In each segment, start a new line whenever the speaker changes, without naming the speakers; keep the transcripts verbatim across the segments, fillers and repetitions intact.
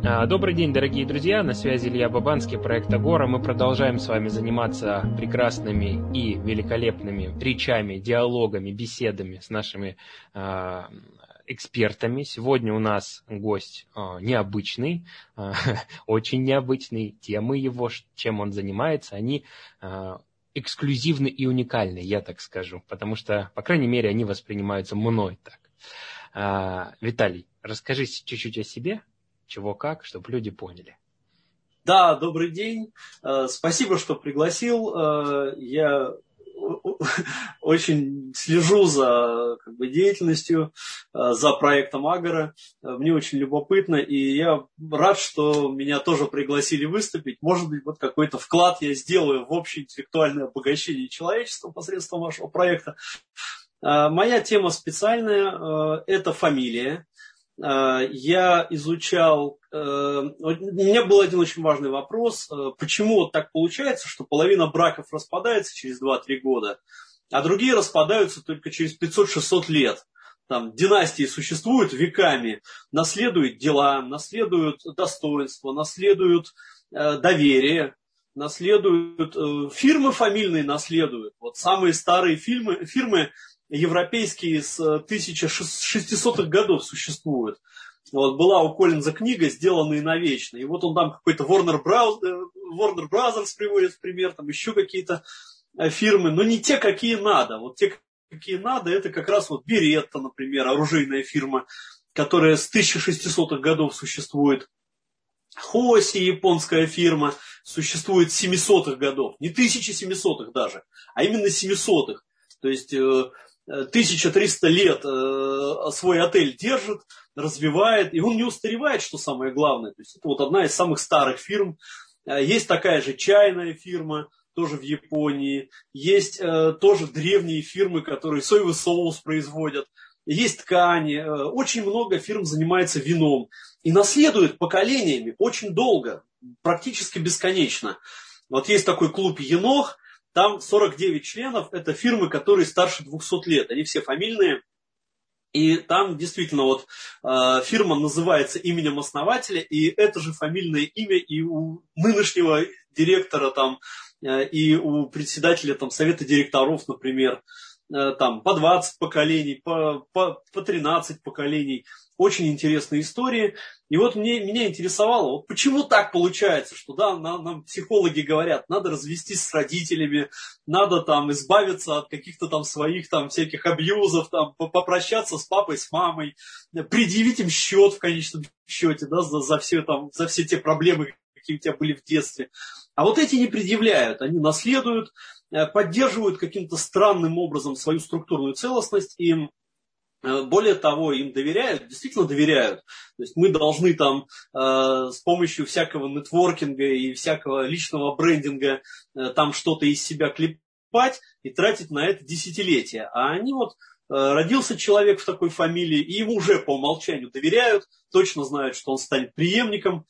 А, Добрый день, дорогие друзья, на связи Илья Бабанский, проект Агора. Мы продолжаем с вами заниматься прекрасными и великолепными речами, диалогами, беседами с нашими а, экспертами. Сегодня у нас гость а, необычный, а, очень необычный. Темы его, ш- чем он занимается, они а, эксклюзивны и уникальны, я так скажу, потому что, по крайней мере, они воспринимаются мной так. А, Виталий, расскажи чуть-чуть о себе. Чего как, чтобы люди поняли.
Да, добрый день. Э, Спасибо, что пригласил. Э, Я очень слежу за как бы, деятельностью, э, за проектом Агора. Э, Мне очень любопытно, и я рад, что меня тоже пригласили выступить. Может быть, вот какой-то вклад я сделаю в общее интеллектуальное обогащение человечества посредством вашего проекта. Э, Моя тема специальная э, – это фамилия. Я изучал, у меня был один очень важный вопрос, почему вот так получается, что половина браков распадается через два-три года, а другие распадаются только через пятьсот-шестьсот лет. Там династии существуют веками, наследуют дела, наследуют достоинство, наследуют доверие, наследуют, фирмы фамильные наследуют. Вот самые старые фирмы, фирмы европейские с тысяча шестисотых годов существуют. Вот, была у Коллинза книга «Сделанные навечно». И вот он там какой-то Warner Bros. Warner Brothers приводит в пример, там еще какие-то фирмы, но не те, какие надо. Вот те, какие надо, это как раз вот Беретта, например, оружейная фирма, которая с тысяча шестисотых годов существует. Хоси, японская фирма, существует с семисотых годов. Не тысяча семисотых даже, а именно семисотых. То есть тысяча триста лет свой отель держит, развивает, и он не устаревает, что самое главное. То есть это вот одна из самых старых фирм. Есть такая же чайная фирма, тоже в Японии. Есть тоже древние фирмы, которые соевый соус производят. Есть ткани. Очень много фирм занимается вином. И наследует поколениями очень долго, практически бесконечно. Вот есть такой клуб «Енох». Там сорок девять членов, это фирмы, которые старше двухсот лет, они все фамильные. И там действительно вот э, фирма называется именем основателя, и это же фамильное имя и у нынешнего директора там, э, и у председателя там, совета директоров, например, э, там по двадцать поколений, по, по, по тринадцать поколений. Очень интересные истории. И вот мне, меня интересовало, вот почему так получается, что да, нам, нам психологи говорят, надо развестись с родителями, надо там избавиться от каких-то там своих там всяких абьюзов, там, попрощаться с папой, с мамой, предъявить им счет в конечном счете, да, за, за, все, там, за все те проблемы, какие у тебя были в детстве. А вот эти не предъявляют, они наследуют, поддерживают каким-то странным образом свою структурную целостность, и более того, им доверяют, действительно доверяют. То есть мы должны там э, с помощью всякого нетворкинга и всякого личного брендинга э, там что-то из себя клепать и тратить на это десятилетия. А они вот, э, родился человек в такой фамилии, и ему уже по умолчанию доверяют, точно знают, что он станет преемником.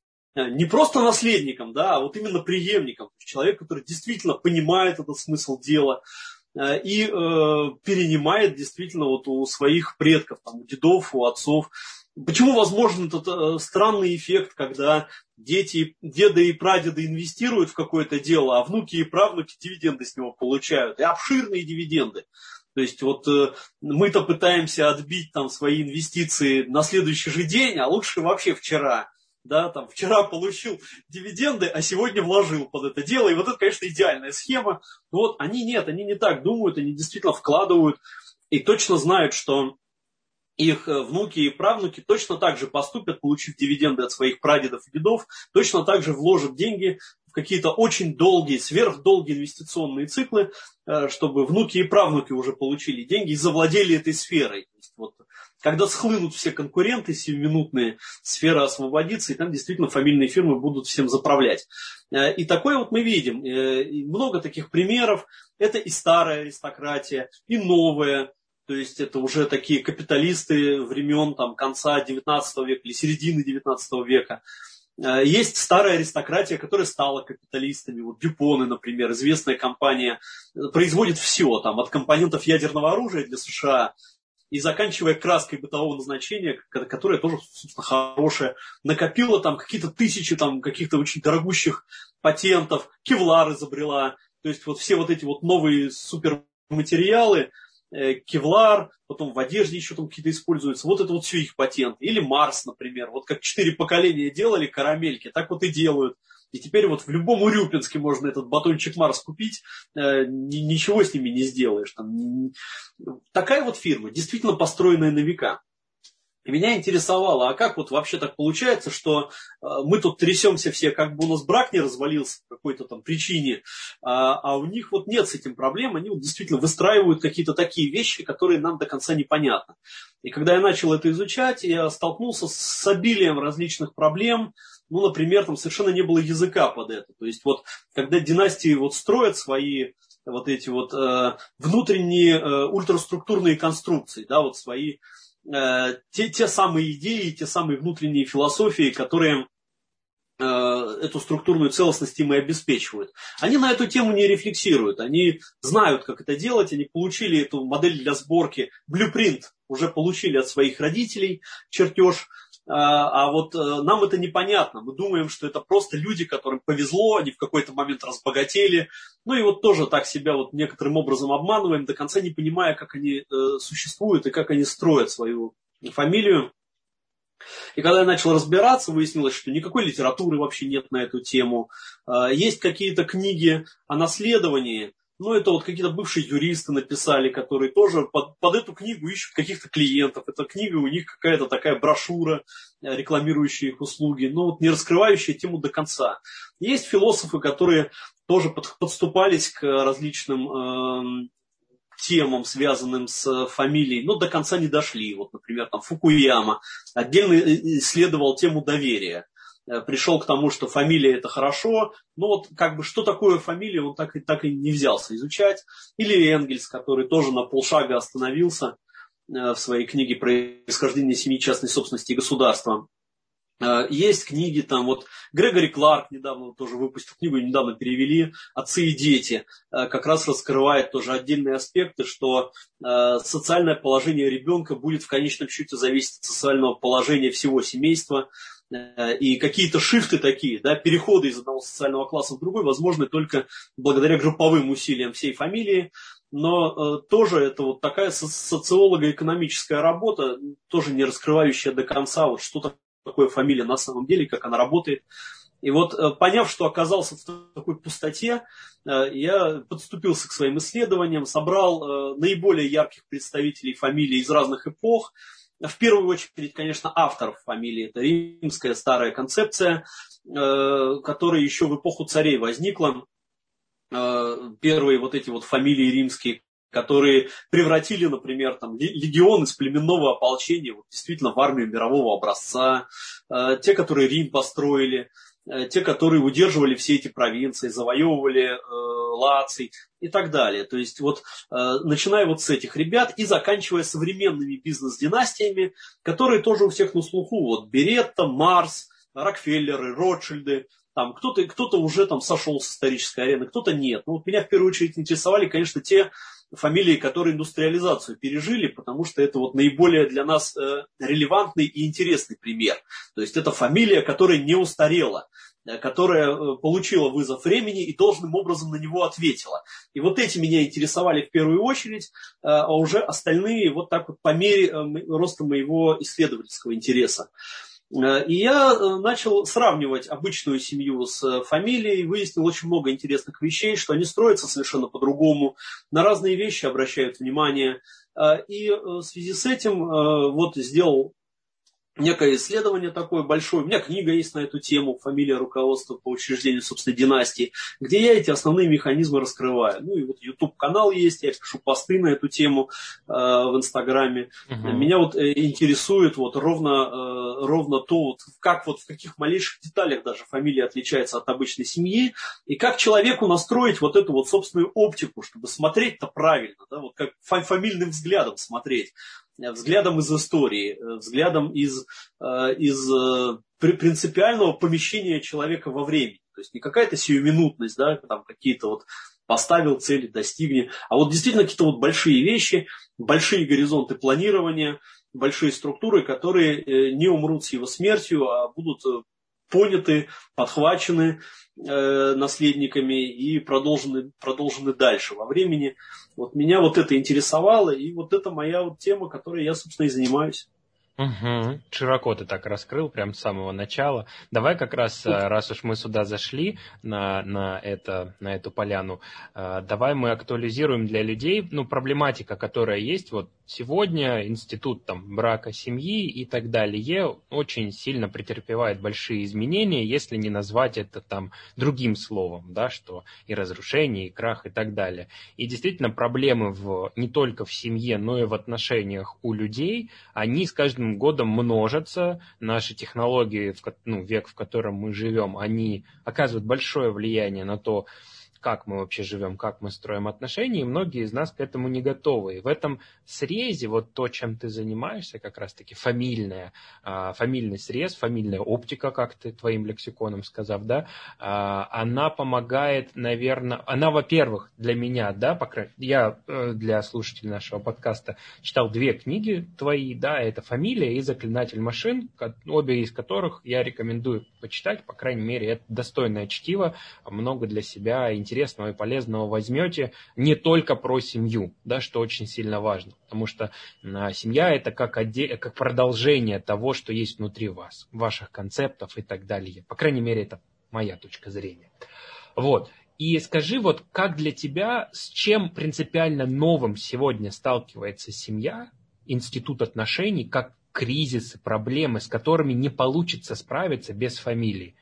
Не просто наследником, да, а вот именно преемником. Человек, который действительно понимает этот смысл дела, и э, перенимает действительно вот у своих предков, там, у дедов, у отцов. Почему возможен этот э, странный эффект, когда дети, деды и прадеды инвестируют в какое-то дело, а внуки и правнуки дивиденды с него получают, и обширные дивиденды. То есть вот э, мы-то пытаемся отбить там свои инвестиции на следующий же день, а лучше вообще вчера. Да, там, вчера получил дивиденды, а сегодня вложил под это дело. И вот это, конечно, идеальная схема. Но вот они нет, они не так думают, они действительно вкладывают и точно знают, что их внуки и правнуки точно так же поступят, получив дивиденды от своих прадедов и дедов, точно так же вложат деньги в какие-то очень долгие, сверхдолгие инвестиционные циклы, чтобы внуки и правнуки уже получили деньги и завладели этой сферой. То есть, вот, когда схлынут все конкуренты сиюминутные, сфера освободится, и там действительно фамильные фирмы будут всем заправлять. И такое вот мы видим. И много таких примеров. Это и старая аристократия, и новая. То есть это уже такие капиталисты времен там, конца девятнадцатого века или середины девятнадцатого века. Есть старая аристократия, которая стала капиталистами. Вот Дюпоны, например, известная компания, производит все, там, от компонентов ядерного оружия для США и заканчивая краской бытового назначения, которая тоже, собственно, хорошая. Накопила там какие-то тысячи там, каких-то очень дорогущих патентов, кевлар изобрела. То есть вот все вот эти вот новые суперматериалы, э, кевлар, потом в одежде еще там какие-то используются. Вот это вот все их патенты. Или Марс, например. Вот как четыре поколения делали карамельки, так вот и делают. И теперь вот в любом Урюпинске можно этот батончик Марс купить, э, ничего с ними не сделаешь. Там, такая вот фирма, действительно построенная на века. И меня интересовало, а как вот вообще так получается, что э, мы тут трясемся все, как бы у нас брак не развалился по какой-то там причине, а, а у них вот нет с этим проблем, они вот действительно выстраивают какие-то такие вещи, которые нам до конца непонятны. И когда я начал это изучать, я столкнулся с обилием различных проблем. Ну, например, там совершенно не было языка под это. То есть вот когда династии вот строят свои вот эти вот э, внутренние э, ультраструктурные конструкции, да, вот свои э, те, те самые идеи, те самые внутренние философии, которые э, эту структурную целостность им и обеспечивают. Они на эту тему не рефлексируют, они знают, как это делать, они получили эту модель для сборки, блюпринт уже получили от своих родителей, чертеж. А вот нам это непонятно. Мы думаем, что это просто люди, которым повезло, они в какой-то момент разбогатели. Ну и вот тоже так себя вот некоторым образом обманываем, до конца не понимая, как они существуют и как они строят свою фамилию. И когда я начал разбираться, выяснилось, что никакой литературы вообще нет на эту тему. Есть какие-то книги о наследовании. Ну, это вот какие-то бывшие юристы написали, которые тоже под, под эту книгу ищут каких-то клиентов. Эта книга у них какая-то такая брошюра, рекламирующая их услуги, но вот не раскрывающая тему до конца. Есть философы, которые тоже под, подступались к различным э, темам, связанным с фамилией, но до конца не дошли. Вот, например, там Фукуяма отдельно исследовал тему доверия. Пришел к тому, что фамилия это хорошо, но вот как бы что такое фамилия, он так и, так и не взялся изучать. Или Энгельс, который тоже на полшага остановился в своей книге «Происхождение семьи, частной собственности и государства». Есть книги, там вот Грегори Кларк недавно тоже выпустил книгу, недавно перевели «Отцы и дети», как раз раскрывает тоже отдельные аспекты, что социальное положение ребенка будет в конечном счете зависеть от социального положения всего семейства. И какие-то шифты такие, да, переходы из одного социального класса в другой возможны только благодаря групповым усилиям всей фамилии. Но э, тоже это вот такая со- социолого-экономическая работа, тоже не раскрывающая до конца, вот что такое фамилия на самом деле, как она работает. И вот э, поняв, что оказался в такой пустоте, э, я подступился к своим исследованиям, собрал э, наиболее ярких представителей фамилий из разных эпох. В первую очередь, конечно, авторов фамилии. Это римская старая концепция, которая еще в эпоху царей возникла. Первые вот эти вот фамилии римские, которые превратили, например, там, легион из племенного ополчения вот, действительно в армию мирового образца. Те, которые Рим построили, те, которые удерживали все эти провинции, завоевывали э, Лаций и так далее. То есть вот э, начиная вот с этих ребят и заканчивая современными бизнес-династиями, которые тоже у всех на слуху. Вот Беретта, Марс, Рокфеллеры, Ротшильды. Там кто-то, кто-то уже там сошел с исторической арены, кто-то нет. Ну, вот меня в первую очередь интересовали, конечно, те фамилии, которые индустриализацию пережили, потому что это вот наиболее для нас э, релевантный и интересный пример. То есть это фамилия, которая не устарела, э, которая э, получила вызов времени и должным образом на него ответила. И вот эти меня интересовали в первую очередь, э, а уже остальные вот так вот по мере э, роста моего исследовательского интереса. И я начал сравнивать обычную семью с фамилией, выяснил очень много интересных вещей, что они строятся совершенно по-другому, на разные вещи обращают внимание. И в связи с этим вот сделал некое исследование такое большое. У меня книга есть на эту тему, «Фамилия руководства по учреждению собственной династии», где я эти основные механизмы раскрываю. Ну и вот YouTube-канал есть, я пишу посты на эту тему э, в Инстаграме. Uh-huh. Меня вот э, интересует вот ровно, э, ровно то, вот, как вот в каких малейших деталях даже фамилия отличается от обычной семьи, и как человеку настроить вот эту вот собственную оптику, чтобы смотреть-то правильно, да, вот как фамильным взглядом смотреть. Взглядом из истории, взглядом из, из принципиального помещения человека во времени. То есть не какая-то сиюминутность, да, там какие-то вот поставил цели, достигни. А вот действительно какие-то вот большие вещи, большие горизонты планирования, большие структуры, которые не умрут с его смертью, а будут поняты, подхвачены э, наследниками и продолжены, продолжены дальше во времени. Вот меня вот это интересовало, и вот это моя вот тема, которой я, собственно, и занимаюсь.
Угу. Широко ты так раскрыл, прям с самого начала. Давай как раз, раз уж мы сюда зашли на, на, это, на эту поляну, давай мы актуализируем для людей, ну, проблематика, которая есть. Вот сегодня институт там, брака, семьи и так далее очень сильно претерпевает большие изменения, если не назвать это там другим словом, да, что и разрушение, и крах, и так далее. И действительно проблемы в, не только в семье, но и в отношениях у людей, они с каждым годом множатся, наши технологии, ну, век, в котором мы живем, они оказывают большое влияние на то, как мы вообще живем, как мы строим отношения, и многие из нас к этому не готовы. И в этом срезе, вот то, чем ты занимаешься, как раз-таки фамильная, фамильный срез, фамильная оптика, как ты твоим лексиконом сказав, да, она помогает, наверное, она, во-первых, для меня, да, по крайней мере, я для слушателей нашего подкаста читал две книги твои, да, это «Фамилия» и «Заклинатель машин», обе из которых я рекомендую почитать, по крайней мере, это достойное чтиво, много для себя интересного интересного и полезного возьмете, не только про семью, да, что очень сильно важно, потому что а, семья это как, отде- как продолжение того, что есть внутри вас, ваших концептов и так далее. По крайней мере, это моя точка зрения. Вот. И скажи, вот как для тебя, с чем принципиально новым сегодня сталкивается семья, институт отношений, как кризисы, проблемы, с которыми не получится справиться без фамилии?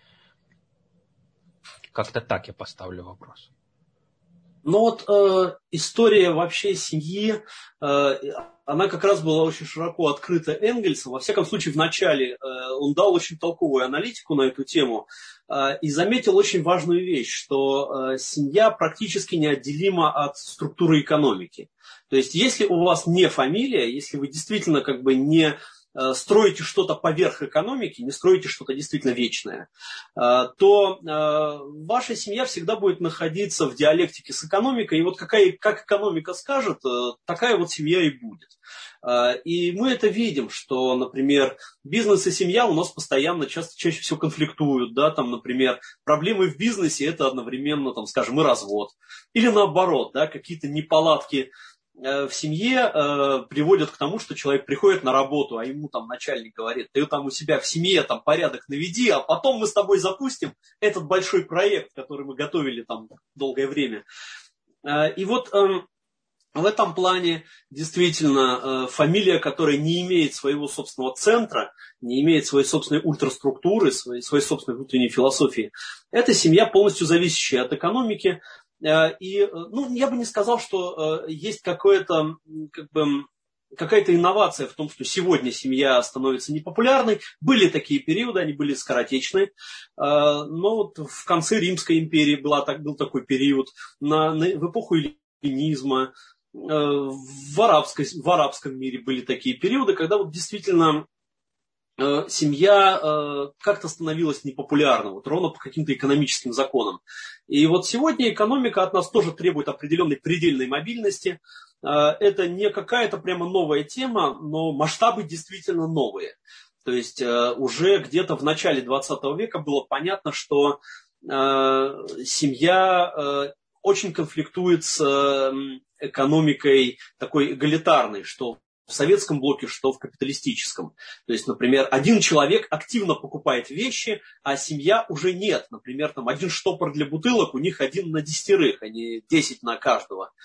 Как-то так я поставлю вопрос.
Ну вот э, история вообще семьи, э, она как раз была очень широко открыта Энгельсом. Во всяком случае, в начале э, он дал очень толковую аналитику на эту тему э, и заметил очень важную вещь, что э, семья практически неотделима от структуры экономики. То есть, если у вас не фамилия, если вы действительно как бы не строите что-то поверх экономики, не строите что-то действительно вечное, то ваша семья всегда будет находиться в диалектике с экономикой. И вот какая, как экономика скажет, такая вот семья и будет. И мы это видим, что, например, бизнес и семья у нас постоянно, часто, чаще всего конфликтуют. Да? Там, например, проблемы в бизнесе – это одновременно, там, скажем, и развод. Или наоборот, да, какие-то неполадки в семье э, приводят к тому, что человек приходит на работу, а ему там начальник говорит: ты там у себя в семье там порядок наведи, а потом мы с тобой запустим этот большой проект, который мы готовили там долгое время. Э, и вот э, в этом плане действительно э, фамилия, которая не имеет своего собственного центра, не имеет своей собственной ультраструктуры, своей, своей собственной внутренней философии, это семья, полностью зависящая от экономики. И, ну, я бы не сказал, что есть какое-то, как бы, какая-то инновация в том, что сегодня семья становится непопулярной. Были такие периоды, они были скоротечны. Но вот в конце Римской империи была, был такой период, на, на, в эпоху эллинизма, в, арабской, в арабском мире были такие периоды, когда вот действительно семья э, как-то становилась непопулярна, вот ровно по каким-то экономическим законам. И вот сегодня экономика от нас тоже требует определенной предельной мобильности. Э, это не какая-то прямо новая тема, но масштабы действительно новые. То есть э, уже где-то в начале двадцатого века было понятно, что э, семья э, очень конфликтует с э, экономикой такой эгалитарной, что в советском блоке, что в капиталистическом. То есть, например, один человек активно покупает вещи, а семья уже нет. Например, там один штопор для бутылок, у них один на десятерых, а не десять на каждого.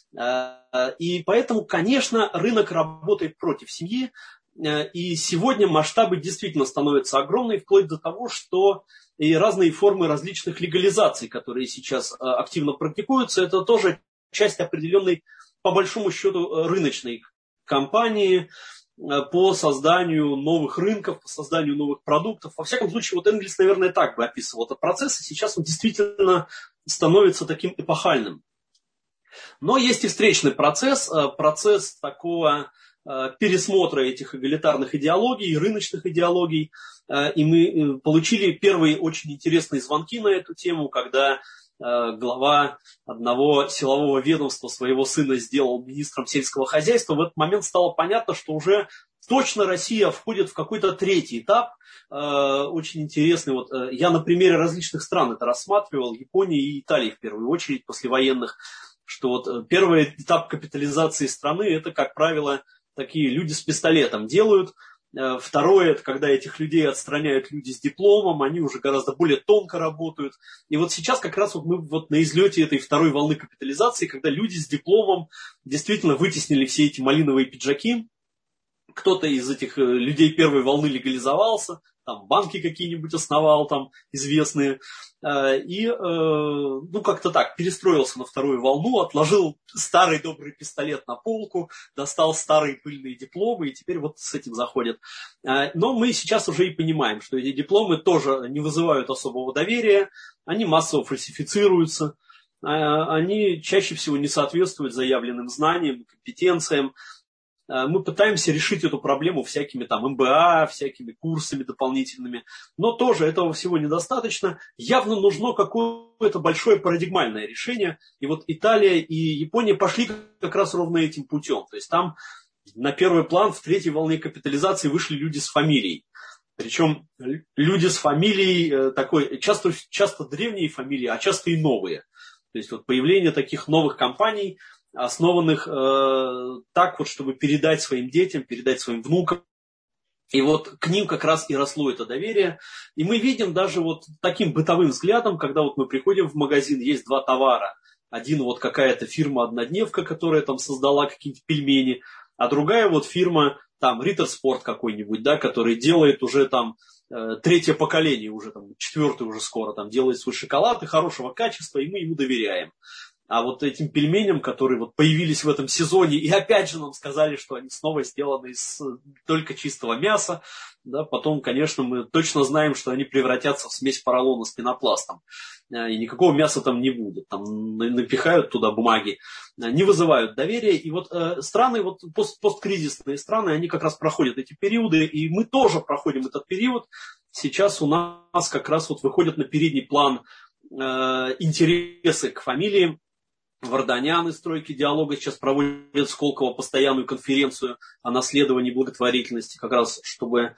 И поэтому, конечно, рынок работает против семьи. И сегодня масштабы действительно становятся огромными, вплоть до того, что и разные формы различных легализаций, которые сейчас активно практикуются, это тоже часть определенной, по большому счету, рыночной компании по созданию новых рынков, по созданию новых продуктов. Во всяком случае, вот Энгельс, наверное, так бы описывал этот процесс, и сейчас он действительно становится таким эпохальным. Но есть и встречный процесс, процесс такого пересмотра этих эгалитарных идеологий, рыночных идеологий, и мы получили первые очень интересные звонки на эту тему, когда глава одного силового ведомства своего сына сделал министром сельского хозяйства, в этот момент стало понятно, что уже точно Россия входит в какой-то третий этап, очень интересный. Вот я на примере различных стран это рассматривал, Японии и Италии в первую очередь, послевоенных, что вот первый этап капитализации страны, это, как правило, такие люди с пистолетом делают. Второе, это когда этих людей отстраняют люди с дипломом, они уже гораздо более тонко работают. И вот сейчас как раз вот мы вот на излете этой второй волны капитализации, когда люди с дипломом действительно вытеснили все эти малиновые пиджаки. Кто-то из этих людей первой волны легализовался, там банки какие-нибудь основал, там известные, и, ну, как-то так, перестроился на вторую волну, отложил старый добрый пистолет на полку, достал старые пыльные дипломы, и теперь вот с этим заходит. Но мы сейчас уже и понимаем, что эти дипломы тоже не вызывают особого доверия, они массово фальсифицируются, они чаще всего не соответствуют заявленным знаниям, компетенциям. Мы пытаемся решить эту проблему всякими там эм бэ а, всякими курсами дополнительными, но тоже этого всего недостаточно. Явно нужно какое-то большое парадигмальное решение. И вот Италия и Япония пошли как раз ровно этим путем. То есть там на первый план в третьей волне капитализации вышли люди с фамилией. Причем люди с фамилией такой, часто, часто древние фамилии, а часто и новые. То есть вот появление таких новых компаний, основанных э, так вот, чтобы передать своим детям, передать своим внукам. И вот к ним как раз и росло это доверие. И мы видим даже вот таким бытовым взглядом, когда вот мы приходим в магазин, есть два товара. Один вот какая-то фирма-однодневка, которая там создала какие-то пельмени, а другая вот фирма, там, Риттер Спорт какой-нибудь, да, который делает уже там э, третье поколение, уже там, четвертый уже скоро, там, делает свой шоколад и хорошего качества, и мы ему доверяем. А вот этим пельменям, которые вот появились в этом сезоне, и опять же нам сказали, что они снова сделаны из только чистого мяса, да, потом, конечно, мы точно знаем, что они превратятся в смесь поролона с пенопластом, и никакого мяса там не будет, там напихают туда бумаги, не вызывают доверия. И вот э, страны, вот пост, посткризисные страны, они как раз проходят эти периоды, и мы тоже проходим этот период. Сейчас у нас как раз вот выходят на передний план э, интересы к фамилии. Варданян из «Стройки диалога» сейчас проводит Сколково постоянную конференцию о наследовании благотворительности, как раз чтобы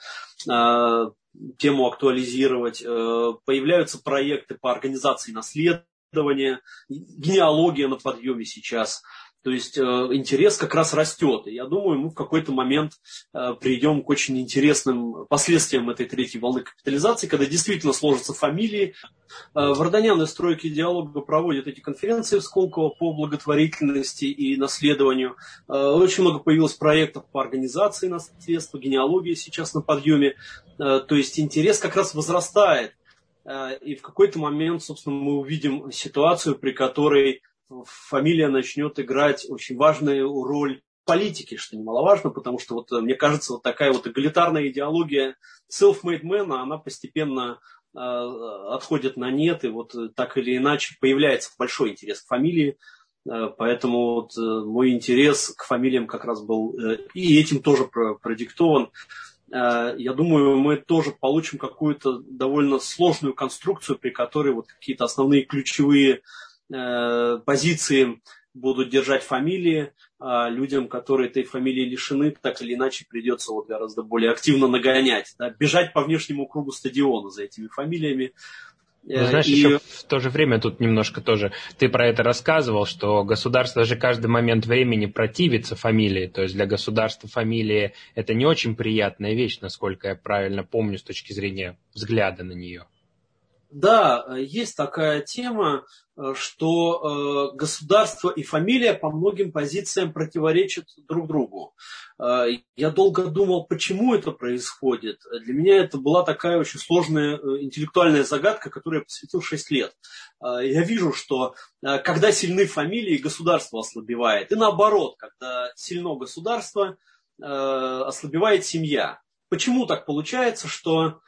э, тему актуализировать. Э, появляются проекты по организации наследования, генеалогия на подъеме сейчас. То есть э, интерес как раз растет. И я думаю, мы в какой-то момент э, придем к очень интересным последствиям этой третьей волны капитализации, когда действительно сложатся фамилии. Э, Варданян из «Стройки диалога» проводит эти конференции в Сколково по благотворительности и наследованию. Э, очень много появилось проектов по организации наследства, генеалогия сейчас на подъеме. Э, то есть интерес как раз возрастает. Э, и в какой-то момент, собственно, мы увидим ситуацию, при которой фамилия начнет играть очень важную роль в политике, что немаловажно, потому что, вот, мне кажется, вот такая вот эгалитарная идеология self-made man, она постепенно э, отходит на нет, и вот так или иначе появляется большой интерес к фамилии, э, поэтому вот, э, мой интерес к фамилиям как раз был э, и этим тоже продиктован. Э, я думаю, мы тоже получим какую-то довольно сложную конструкцию, при которой вот какие-то основные ключевые позиции будут держать фамилии, а людям, которые этой фамилии лишены, так или иначе придется вот гораздо более активно нагонять, да, бежать по внешнему кругу стадиона за этими фамилиями.
Ну, знаешь, и... еще в то же время тут немножко тоже, ты про это рассказывал, что государство же каждый момент времени противится фамилии, то есть для государства фамилия это не очень приятная вещь, насколько я правильно помню с точки зрения взгляда на нее.
Да, есть такая тема, что государство и фамилия по многим позициям противоречат друг другу. Я долго думал, почему это происходит. Для меня это была такая очень сложная интеллектуальная загадка, которой я посвятил шесть лет. Я вижу, что когда сильны фамилии, государство ослабевает. И наоборот, когда сильно государство, ослабевает семья. Почему так получается, что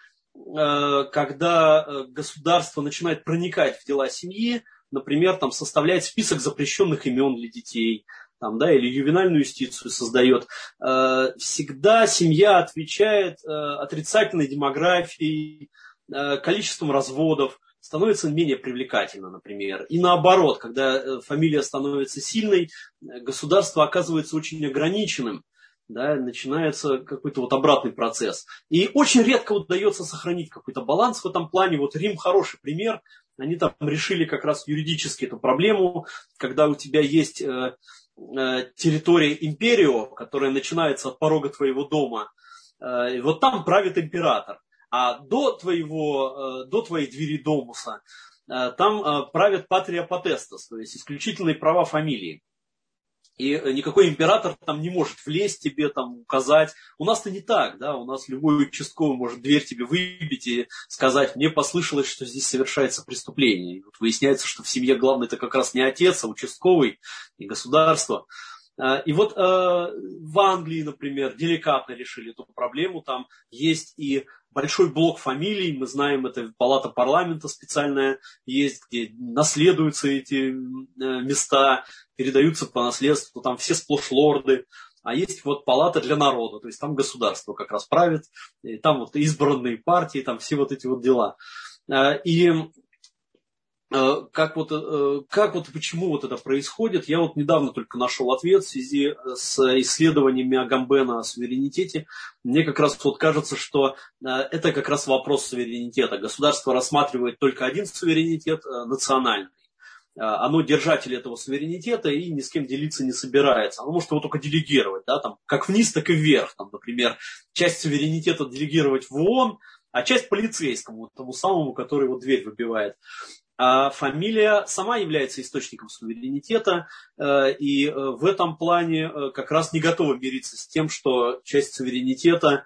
когда государство начинает проникать в дела семьи, например, там, составляет список запрещенных имен для детей, там, да, или ювенальную юстицию создает, всегда семья отвечает отрицательной демографией, количеством разводов. становится менее привлекательна, например. И наоборот, когда фамилия становится сильной, государство оказывается очень ограниченным, да, начинается какой-то вот обратный процесс. И очень редко удается сохранить какой-то баланс в этом плане. Вот Рим хороший пример. Они там решили как раз юридически эту проблему, когда у тебя есть э, э, территория империо, которая начинается от порога твоего дома. Э, и вот там правит император. А до, твоего, э, до твоей двери домуса э, там э, правит патрия потестас, то есть исключительные права фамилии. И никакой император там не может влезть тебе, там, указать. У нас-то не так, да, у нас любой участковый может дверь тебе выбить и сказать: мне послышалось, что здесь совершается преступление. И вот выясняется, что в семье главный это как раз не отец, а участковый и государство. И вот в Англии, например, деликатно решили эту проблему. Там есть и большой блок фамилий, мы знаем, это палата парламента специальная есть, где наследуются эти места, передаются по наследству, там все сплошь лорды. А есть вот палата для народа, то есть там государство как раз правит, и там вот избранные партии, там все вот эти вот дела. И как вот, как вот почему вот это происходит, я вот недавно только нашел ответ в связи с исследованиями Агамбена о суверенитете. Мне как раз вот кажется, что это как раз вопрос суверенитета. Государство рассматривает только один суверенитет, национальный. Оно держатель этого суверенитета и ни с кем делиться не собирается. Оно может его только делегировать, да, там, как вниз, так и вверх. Там, например, часть суверенитета делегировать в ООН, а часть полицейскому, тому самому, который вот дверь выбивает. А фамилия сама является источником суверенитета, и в этом плане как раз не готова мириться с тем, что часть суверенитета,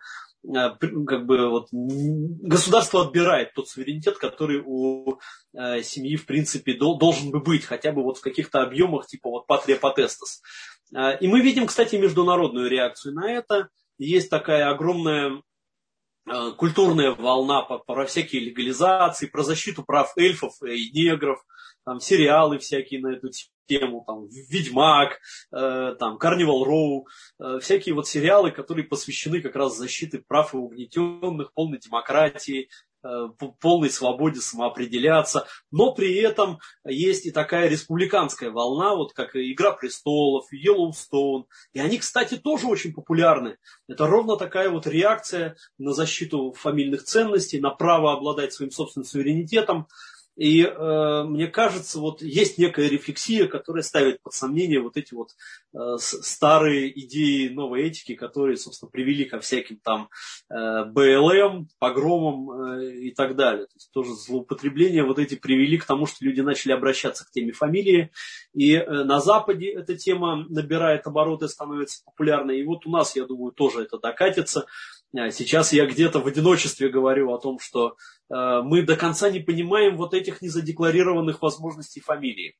как бы вот, государство отбирает тот суверенитет, который у семьи в принципе должен бы быть, хотя бы вот в каких-то объемах типа вот патрия потестас. И мы видим, кстати, международную реакцию на это. Есть такая огромная культурная волна про всякие легализации, про защиту прав эльфов и негров, там сериалы всякие на эту тему, там «Ведьмак», э, там «Карнивал Роу», э, всякие вот сериалы, которые посвящены как раз защите прав и угнетенных, полной демократии, э, полной свободе самоопределяться, но при этом есть и такая республиканская волна, вот как «Игра престолов», «Йеллоустоун», и они, кстати, тоже очень популярны. Это ровно такая вот реакция на защиту фамильных ценностей, на право обладать своим собственным суверенитетом. И э, мне кажется, вот есть некая рефлексия, которая ставит под сомнение вот эти вот э, старые идеи новой этики, которые, собственно, привели ко всяким там э, БЛМ, погромам э, и так далее. То есть тоже злоупотребления вот эти привели к тому, что люди начали обращаться к теме фамилии. И э, на Западе эта тема набирает обороты, становится популярной. И вот у нас, я думаю, тоже это докатится. Сейчас я где-то в одиночестве говорю о том, что э, мы до конца не понимаем вот этих незадекларированных возможностей фамилии.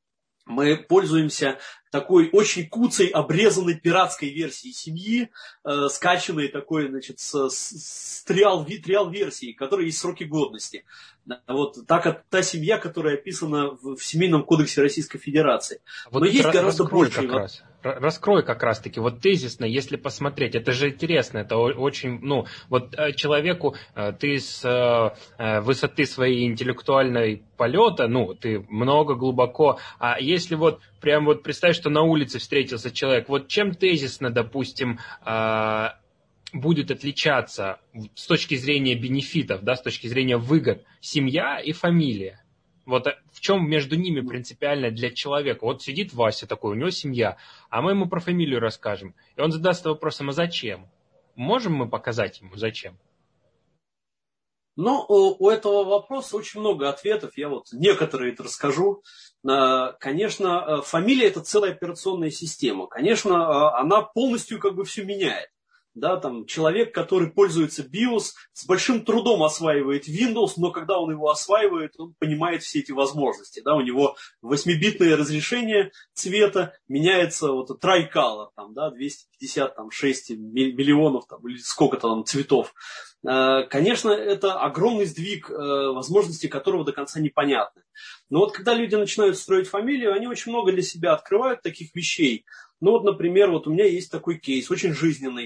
Мы пользуемся такой очень куцей, обрезанной пиратской версией семьи, э, скачанной такой, значит, с, с, с триал, триал версией, которой есть сроки годности. Вот та, та семья, которая описана в, в Семейном кодексе Российской Федерации.
Вот
но есть гораздо
раскрой
больше.
Как раз. Раскрой как раз-таки, вот тезисно, если посмотреть, это же интересно, это очень, ну, вот человеку, ты с высоты своей интеллектуальной полета, ну, ты много, глубоко, а если вот прям вот представь, что на улице встретился человек, вот чем тезисно, допустим, будет отличаться с точки зрения бенефитов, да, с точки зрения выгод семья и фамилия? Вот в чем между ними принципиально для человека? Вот сидит Вася такой, у него семья, а мы ему про фамилию расскажем. И он задаст вопросом: а зачем? Можем мы показать ему, зачем?
Ну, у этого вопроса очень много ответов. Я вот некоторые это расскажу. Конечно, фамилия – это целая операционная система. Конечно, она полностью как бы все меняет. Да, там человек, который пользуется биос, с большим трудом осваивает Windows, но когда он его осваивает, он понимает все эти возможности. Да, у него восьмибитное разрешение цвета, меняется вот tricolor, там, да, двести пятьдесят шесть миллионов там, или сколько-то там цветов. Конечно, это огромный сдвиг, возможности которого до конца непонятны. Но вот когда люди начинают строить фамилию, они очень много для себя открывают таких вещей. Ну вот, например, вот у меня есть такой кейс, очень жизненный.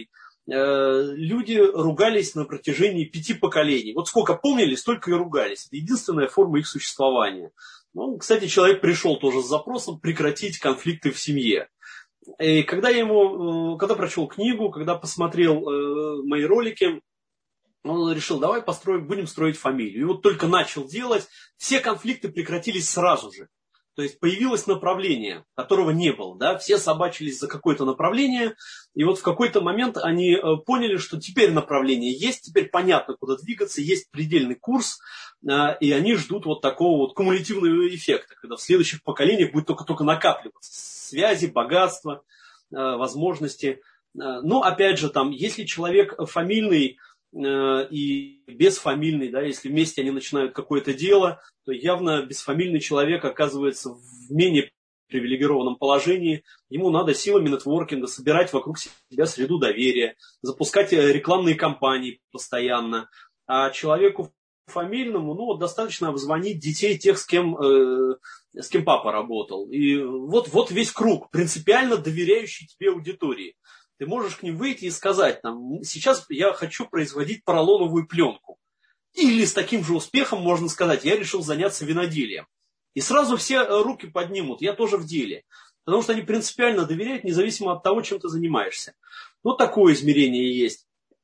люди ругались на протяжении пяти поколений. Вот сколько помнили, столько и ругались. Это единственная форма их существования. Ну, кстати, человек пришел тоже с запросом прекратить конфликты в семье. И когда я ему, когда прочел книгу, когда посмотрел э, мои ролики, он решил, давай построим, будем строить фамилию. И вот только начал делать, все конфликты прекратились сразу же. То есть появилось направление, которого не было. Да? Все собачились за какое-то направление. И вот в какой-то момент они поняли, что теперь направление есть, теперь понятно, куда двигаться, есть предельный курс. И они ждут вот такого вот кумулятивного эффекта, когда в следующих поколениях будет только-только накапливаться связи, богатства, возможности. Но опять же, там, если человек фамильный и безфамильный, да, если вместе они начинают какое-то дело, то явно безфамильный человек оказывается в менее привилегированном положении. Ему надо силами нетворкинга собирать вокруг себя среду доверия, запускать рекламные кампании постоянно. А человеку фамильному, ну, вот достаточно обзвонить детей тех, с кем, э, с кем папа работал. И вот, вот весь круг принципиально доверяющий тебе аудитории. Ты можешь к ним выйти и сказать, там, сейчас я хочу производить поролоновую пленку. Или с таким же успехом можно сказать, я решил заняться виноделием. И сразу все руки поднимут, я тоже в деле. Потому что они принципиально доверяют, независимо от того, чем ты занимаешься. Вот такое измерение есть.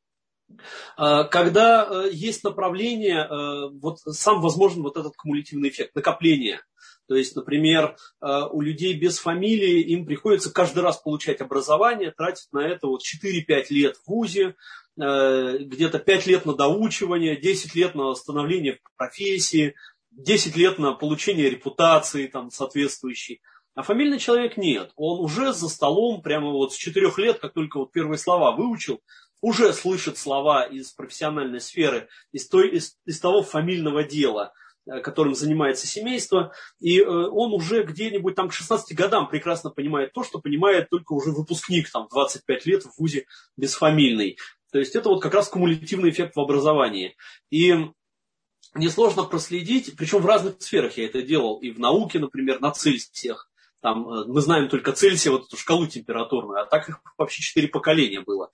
Когда есть направление, вот сам возможен вот этот кумулятивный эффект, накопление. То есть, например, у людей без фамилии им приходится каждый раз получать образование, тратить на это вот четыре-пять лет в вузе, где-то пять лет на доучивание, десять лет на становление в профессии, десять лет на получение репутации там, соответствующей. А фамильный человек нет. Он уже за столом прямо вот с четырех лет, как только вот первые слова выучил, уже слышит слова из профессиональной сферы, из, той, из, из того фамильного дела, которым занимается семейство, и э, он уже где-нибудь там к шестнадцати годам прекрасно понимает то, что понимает только уже выпускник там двадцать пять лет в вузе безфамильный. То есть это вот как раз кумулятивный эффект в образовании. И несложно проследить, причем в разных сферах я это делал, и в науке, например, на Цельсиях. Там, мы знаем только Цельсия, вот эту шкалу температурную, а так их вообще четыре поколения было.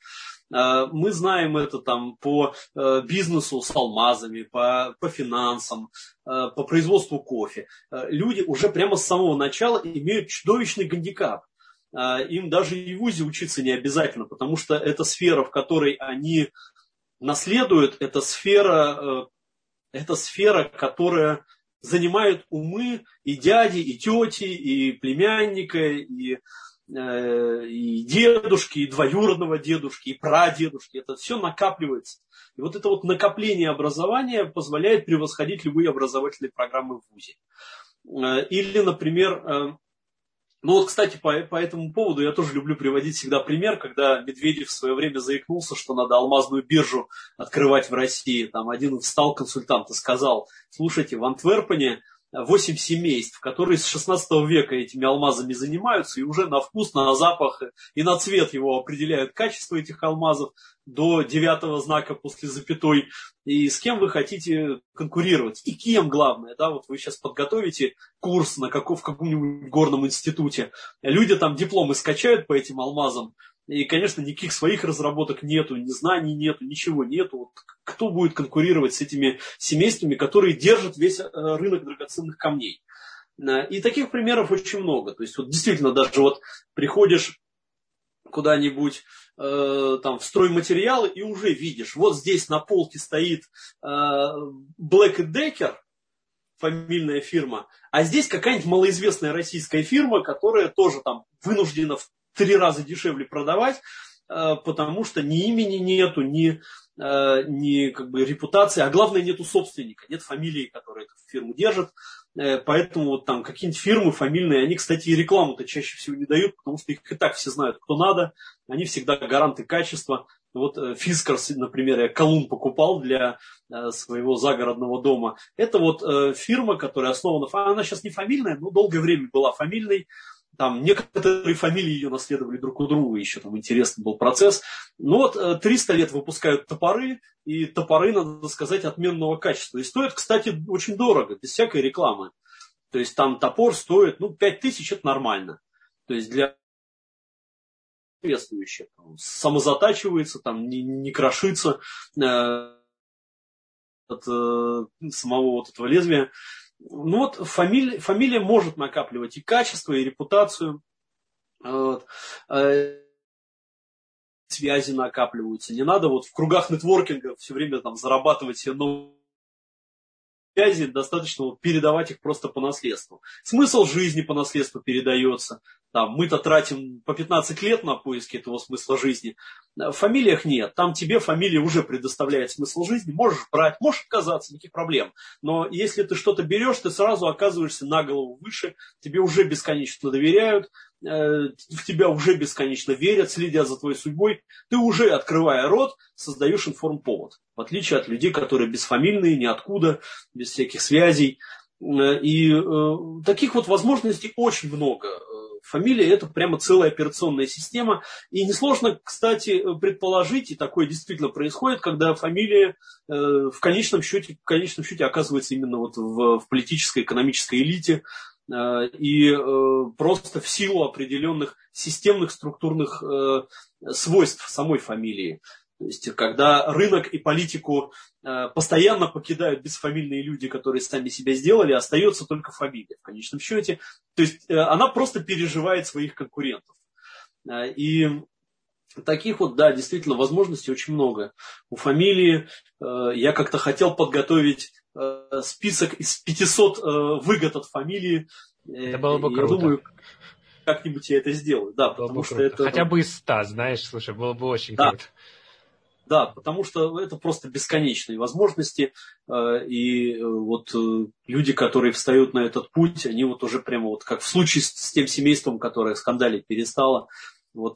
Мы знаем это там по бизнесу с алмазами, по, по финансам, по производству кофе. Люди уже прямо с самого начала имеют чудовищный гандикап. Им даже и в вузе учиться не обязательно, потому что эта сфера, в которой они наследуют, это сфера, это сфера, которая занимает умы и дяди, и тети, и племянника, и, э, и дедушки, и двоюродного дедушки, и прадедушки. Это все накапливается. И вот это вот накопление образования позволяет превосходить любые образовательные программы в вузе. Или, например, ну вот, кстати, по, по этому поводу я тоже люблю приводить всегда пример, когда Медведев в свое время заикнулся, что надо алмазную биржу открывать в России. Там один встал консультант и сказал, слушайте, в Антверпене восемь семейств, которые с шестнадцатого века этими алмазами занимаются, и уже на вкус, на запах и на цвет его определяют качество этих алмазов до девятого знака после запятой. И с кем вы хотите конкурировать? И кем, главное, да, вот вы сейчас подготовите курс на каком, в каком-нибудь горном институте. Люди там дипломы скачают по этим алмазам, и, конечно, никаких своих разработок нету, ни знаний нету, ничего нету. Вот кто будет конкурировать с этими семействами, которые держат весь рынок драгоценных камней? И таких примеров очень много. То есть, вот действительно, даже вот приходишь куда-нибудь э, там в стройматериалы и уже видишь, вот здесь на полке стоит э, Black энд Decker, фамильная фирма, а здесь какая-нибудь малоизвестная российская фирма, которая тоже там вынуждена в три раза дешевле продавать, э, потому что ни имени нету, ни, э, ни как бы репутации, а главное нету собственника, нет фамилии, которая эту фирму держит. Поэтому вот там какие-нибудь фирмы фамильные, они, кстати, и рекламу-то чаще всего не дают, потому что их и так все знают, кто надо. Они всегда гаранты качества. Вот Фискарс, например, я колун покупал для своего загородного дома. Это вот фирма, которая основана, она сейчас не фамильная, но долгое время была фамильной. Там некоторые фамилии ее наследовали друг у друга, еще там интересный был процесс. Но вот триста лет выпускают топоры, и топоры, надо сказать, отменного качества. И стоят, кстати, очень дорого, без всякой рекламы. То есть там топор стоит, ну, пять тысяч, это нормально. То есть для соответствующее. Самозатачивается, там, не, не крошится э, от э, самого вот этого лезвия. Ну вот фамилия, фамилия может накапливать и качество, и репутацию. Вот. Связи накапливаются. Не надо вот в кругах нетворкинга все время там зарабатывать себе новые связи, достаточно вот передавать их просто по наследству. Смысл жизни по наследству передается. Там, мы-то тратим по пятнадцать лет на поиски этого смысла жизни. В фамилиях нет. Там тебе фамилия уже предоставляет смысл жизни. Можешь брать, можешь отказаться, никаких проблем. Но если ты что-то берешь, ты сразу оказываешься на голову выше. Тебе уже бесконечно доверяют. В тебя уже бесконечно верят, следят за твоей судьбой. Ты уже, открывая рот, создаешь информповод. В отличие от людей, которые бесфамильные, ниоткуда, без всяких связей. И э, таких вот возможностей очень много. Фамилия – это прямо целая операционная система. И несложно, кстати, предположить, и такое действительно происходит, когда фамилия э, в конечном счете, в конечном счете оказывается именно вот в, в политической, экономической элите. Э, и э, просто в силу определенных системных структурных э, свойств самой фамилии. То есть, когда рынок и политику э, постоянно покидают бесфамильные люди, которые сами себя сделали, остается только фамилия в конечном счете. То есть, э, она просто переживает своих конкурентов. Э, и таких вот, да, действительно, возможностей очень много. У фамилии э, я как-то хотел подготовить э, список из пятисот э, выгод от фамилии.
Это было бы
я
круто.
Думаю, как-нибудь я это сделаю. Да,
было
потому
бы
что
круто.
это...
Хотя бы из ста, знаешь, слушай, было бы очень
да.
круто.
Да, потому что это просто бесконечные возможности, и вот люди, которые встают на этот путь, они вот уже прямо вот как в случае с тем семейством, которое скандалить перестало, вот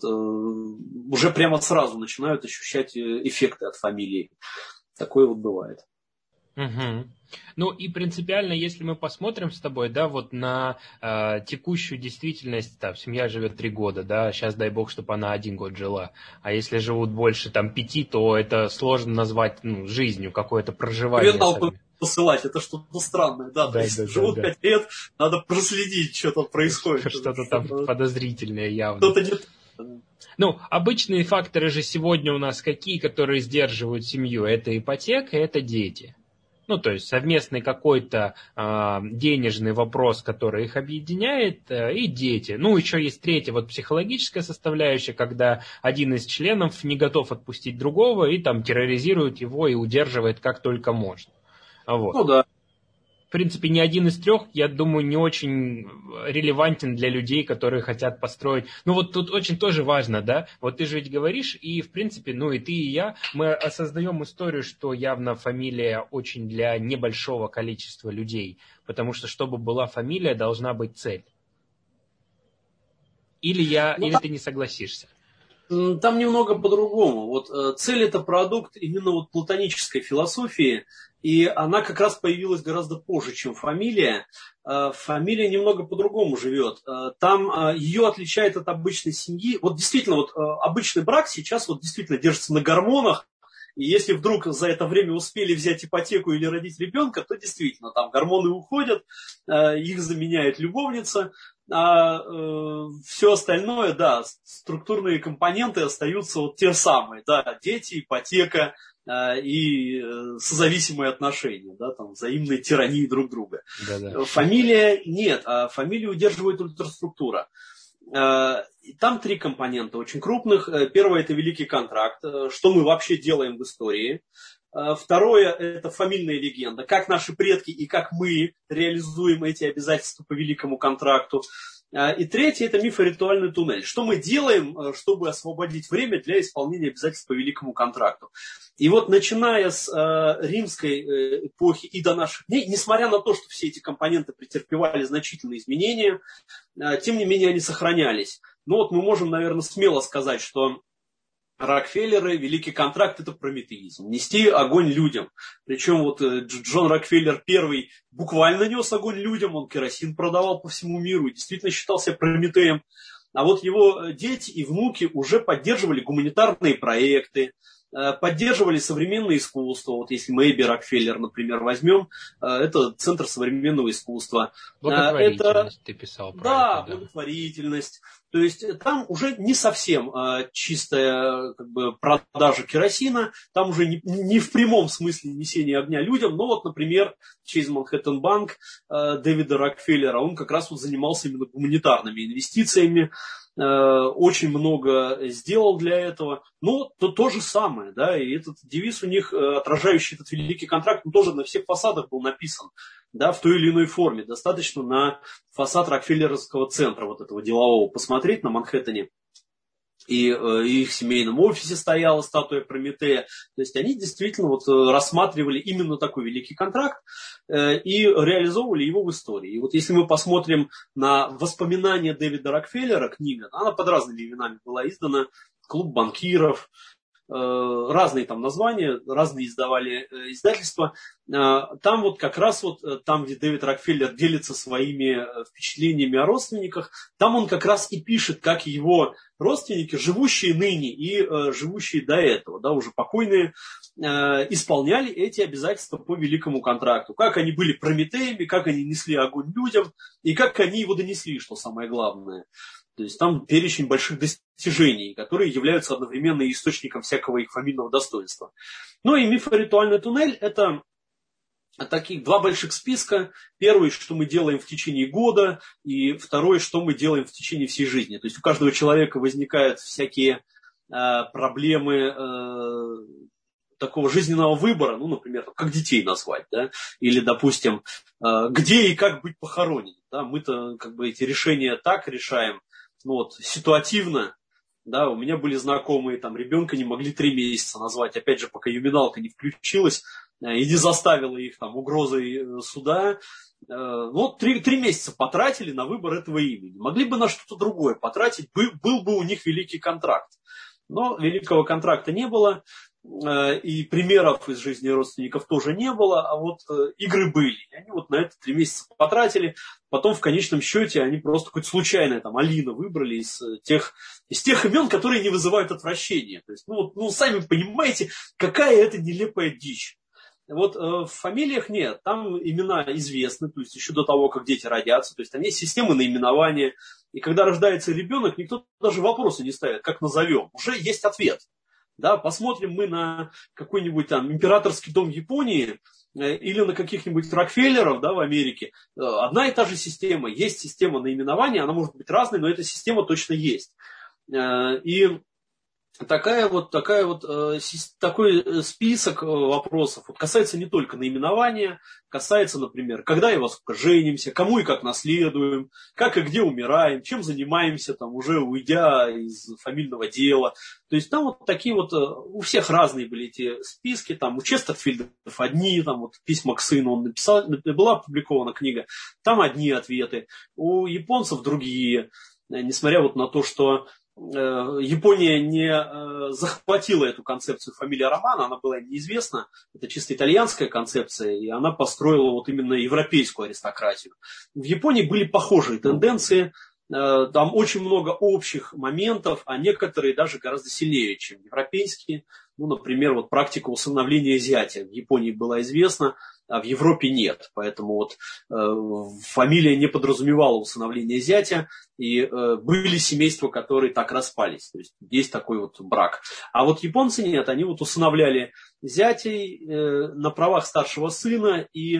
уже прямо сразу начинают ощущать эффекты от фамилии. Такое вот бывает.
Угу. Ну и принципиально, если мы посмотрим с тобой, да, вот на э, текущую действительность, там, семья живет три года, да, сейчас дай бог, чтобы она один год жила, а если живут больше, там, пяти, то это сложно назвать, ну, жизнью, какое-то проживание.
Привет, посылать, это что-то странное, да,
да,
то есть
да,
живут
да,
пять да. лет, надо проследить, что там происходит.
Что-то там что-то подозрительное явно.
Что-то не...
Ну, обычные факторы же сегодня у нас какие, которые сдерживают семью? Это ипотека, это дети. Ну, то есть совместный какой-то э, денежный вопрос, который их объединяет, э, и дети. Ну, еще есть третья, вот психологическая составляющая, когда один из членов не готов отпустить другого и там терроризирует его и удерживает как только можно. Вот.
Ну да.
В принципе, ни один из трех, я думаю, не очень релевантен для людей, которые хотят построить. Ну вот тут очень тоже важно, да, вот ты же ведь говоришь, и в принципе, ну и ты, и я, мы осознаем историю, что явно фамилия очень для небольшого количества людей, потому что, чтобы была фамилия, должна быть цель. Или я, ну, или там... ты не согласишься?
Там немного по-другому. Вот э, цель – это продукт именно вот платонической философии, и она как раз появилась гораздо позже, чем фамилия. Э, фамилия немного по-другому живет. Э, там э, ее отличает от обычной семьи. Вот действительно, вот э, обычный брак сейчас вот действительно держится на гормонах, и если вдруг за это время успели взять ипотеку или родить ребенка, то действительно там гормоны уходят, э, их заменяет любовница. А э, все остальное, да, структурные компоненты остаются вот те самые, да, дети, ипотека э, и э, созависимые отношения, да, там, взаимные тирании друг друга. Да-да. Фамилия нет, а фамилию удерживает ультраструктура. Э, там три компонента очень крупных. Первое – это великий контракт, что мы вообще делаем в истории. Второе – это фамильная легенда, как наши предки и как мы реализуем эти обязательства по великому контракту. И третье – это мифоритуальный туннель. Что мы делаем, чтобы освободить время для исполнения обязательств по великому контракту. И вот начиная с э, римской эпохи и до наших дней, несмотря на то, что все эти компоненты претерпевали значительные изменения, э, тем не менее они сохранялись. Но вот мы можем, наверное, смело сказать, что Рокфеллеры, великий контракт – это прометеизм. Нести огонь людям. Причем вот Джон Рокфеллер первый буквально нес огонь людям, он керосин продавал по всему миру и действительно считался Прометеем. А вот его дети и внуки уже поддерживали гуманитарные проекты, поддерживали современное искусство. Вот если мы Эбби Рокфеллер, например, возьмем, это центр современного искусства.
Благотворительность,
это,
ты писал про
да,
это. Да,
благотворительность. То есть там уже не совсем а, чистая как бы, продажа керосина, там уже не, не в прямом смысле несения огня людям, но вот, например, Chase Manhattan Bank а, Дэвида Рокфеллера, он как раз вот занимался именно гуманитарными инвестициями, а, очень много сделал для этого, но то, то же самое, да, и этот девиз у них, отражающий этот великий контракт, он тоже на всех фасадах был написан. Да, в той или иной форме. Достаточно на фасад Рокфеллеровского центра, вот этого делового, посмотреть на Манхэттене. И э, их семейном офисе стояла статуя Прометея. То есть они действительно вот рассматривали именно такой великий контракт э, и реализовывали его в истории. И вот если мы посмотрим на воспоминания Дэвида Рокфеллера, книга, она под разными именами была издана, «Клуб банкиров», разные там названия, разные издавали издательства. Там вот как раз вот, там, где Дэвид Рокфеллер делится своими впечатлениями о родственниках, там он как раз и пишет, как его родственники, живущие ныне и живущие до этого, да, уже покойные, исполняли эти обязательства по великому контракту. Как они были Прометеями, как они несли огонь людям, и как они его донесли, что самое главное. То есть там перечень больших достижений, которые являются одновременно источником всякого их фамильного достоинства. Ну и мифоритуальный туннель – это таких два больших списка. Первый, что мы делаем в течение года, и второй, что мы делаем в течение всей жизни. То есть у каждого человека возникают всякие э, проблемы э, такого жизненного выбора, ну, например, как детей назвать, да, или, допустим, э, где и как быть похороненным. Да? Мы-то как бы эти решения так решаем, ну, вот, ситуативно. Да, у меня были знакомые, там, ребенка не могли три месяца назвать, опять же, пока ювеналка не включилась и не заставила их там угрозой суда. Вот три, три месяца потратили на выбор этого имени. Могли бы на что-то другое потратить, был, был бы у них великий контракт. Но великого контракта не было, и примеров из жизни родственников тоже не было, а вот игры были. И они вот на это три месяца потратили. Потом в конечном счете они просто какое-то случайное, там, Алина выбрали из тех, из тех имен, которые не вызывают отвращения. То есть, ну, вот, ну, сами понимаете, какая это нелепая дичь. Вот э, в фамилиях нет, там имена известны, то есть еще до того, как дети родятся, то есть там есть системы наименования, и когда рождается ребенок, никто даже вопроса не ставит, как назовем, уже есть ответ. Да, посмотрим мы на какой-нибудь там императорский дом Японии э, или на каких-нибудь Рокфеллеров, да, в Америке, э, одна и та же система, есть система наименования, она может быть разной, но эта система точно есть. Э, и Такая вот, такая вот, э, такой список вопросов вот, касается не только наименования, касается, например, когда и во сколько женимся, кому и как наследуем, как и где умираем, чем занимаемся, там, уже уйдя из фамильного дела. То есть там вот такие вот, у всех разные были эти списки, там у Честерфильдов одни, там вот письма к сыну он написал, была опубликована книга, там одни ответы, у японцев другие, несмотря вот на то, что Япония не захватила эту концепцию фамилия Романо, она была неизвестна, это чисто итальянская концепция, и она построила вот именно европейскую аристократию. В Японии были похожие тенденции, там очень много общих моментов, а некоторые даже гораздо сильнее, чем европейские. Ну, например, вот практика усыновления зятя в Японии была известна, а в Европе нет. Поэтому вот э, фамилия не подразумевала усыновление зятя, и э, были семейства, которые так распались. То есть есть такой вот брак. А вот японцы нет, они вот усыновляли зятей э, на правах старшего сына, и э,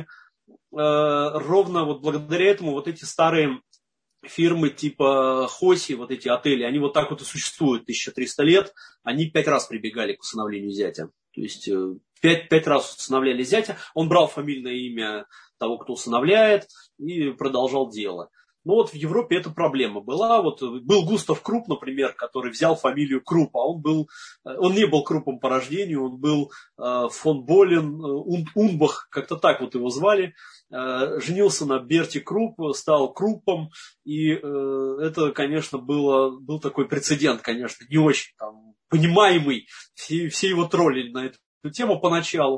ровно вот благодаря этому вот эти старые фирмы типа Хоси, вот эти отели, они вот так вот и существуют тысяча триста лет, они пять раз прибегали к усыновлению зятя. То есть пять, пять раз усыновляли зятя, он брал фамильное имя того, кто усыновляет, и продолжал дело. Но вот в Европе эта проблема была. Вот был Густав Крупп, например, который взял фамилию Крупп, а он, был, он не был Круппом по рождению, он был э, фон Болен, Ун, Унбах, как-то так вот его звали. Э, женился на Берти Крупп, стал Круппом, и э, это, конечно, было, был такой прецедент, конечно, не очень там, понимаемый, все, все его троллили на эту тему поначалу.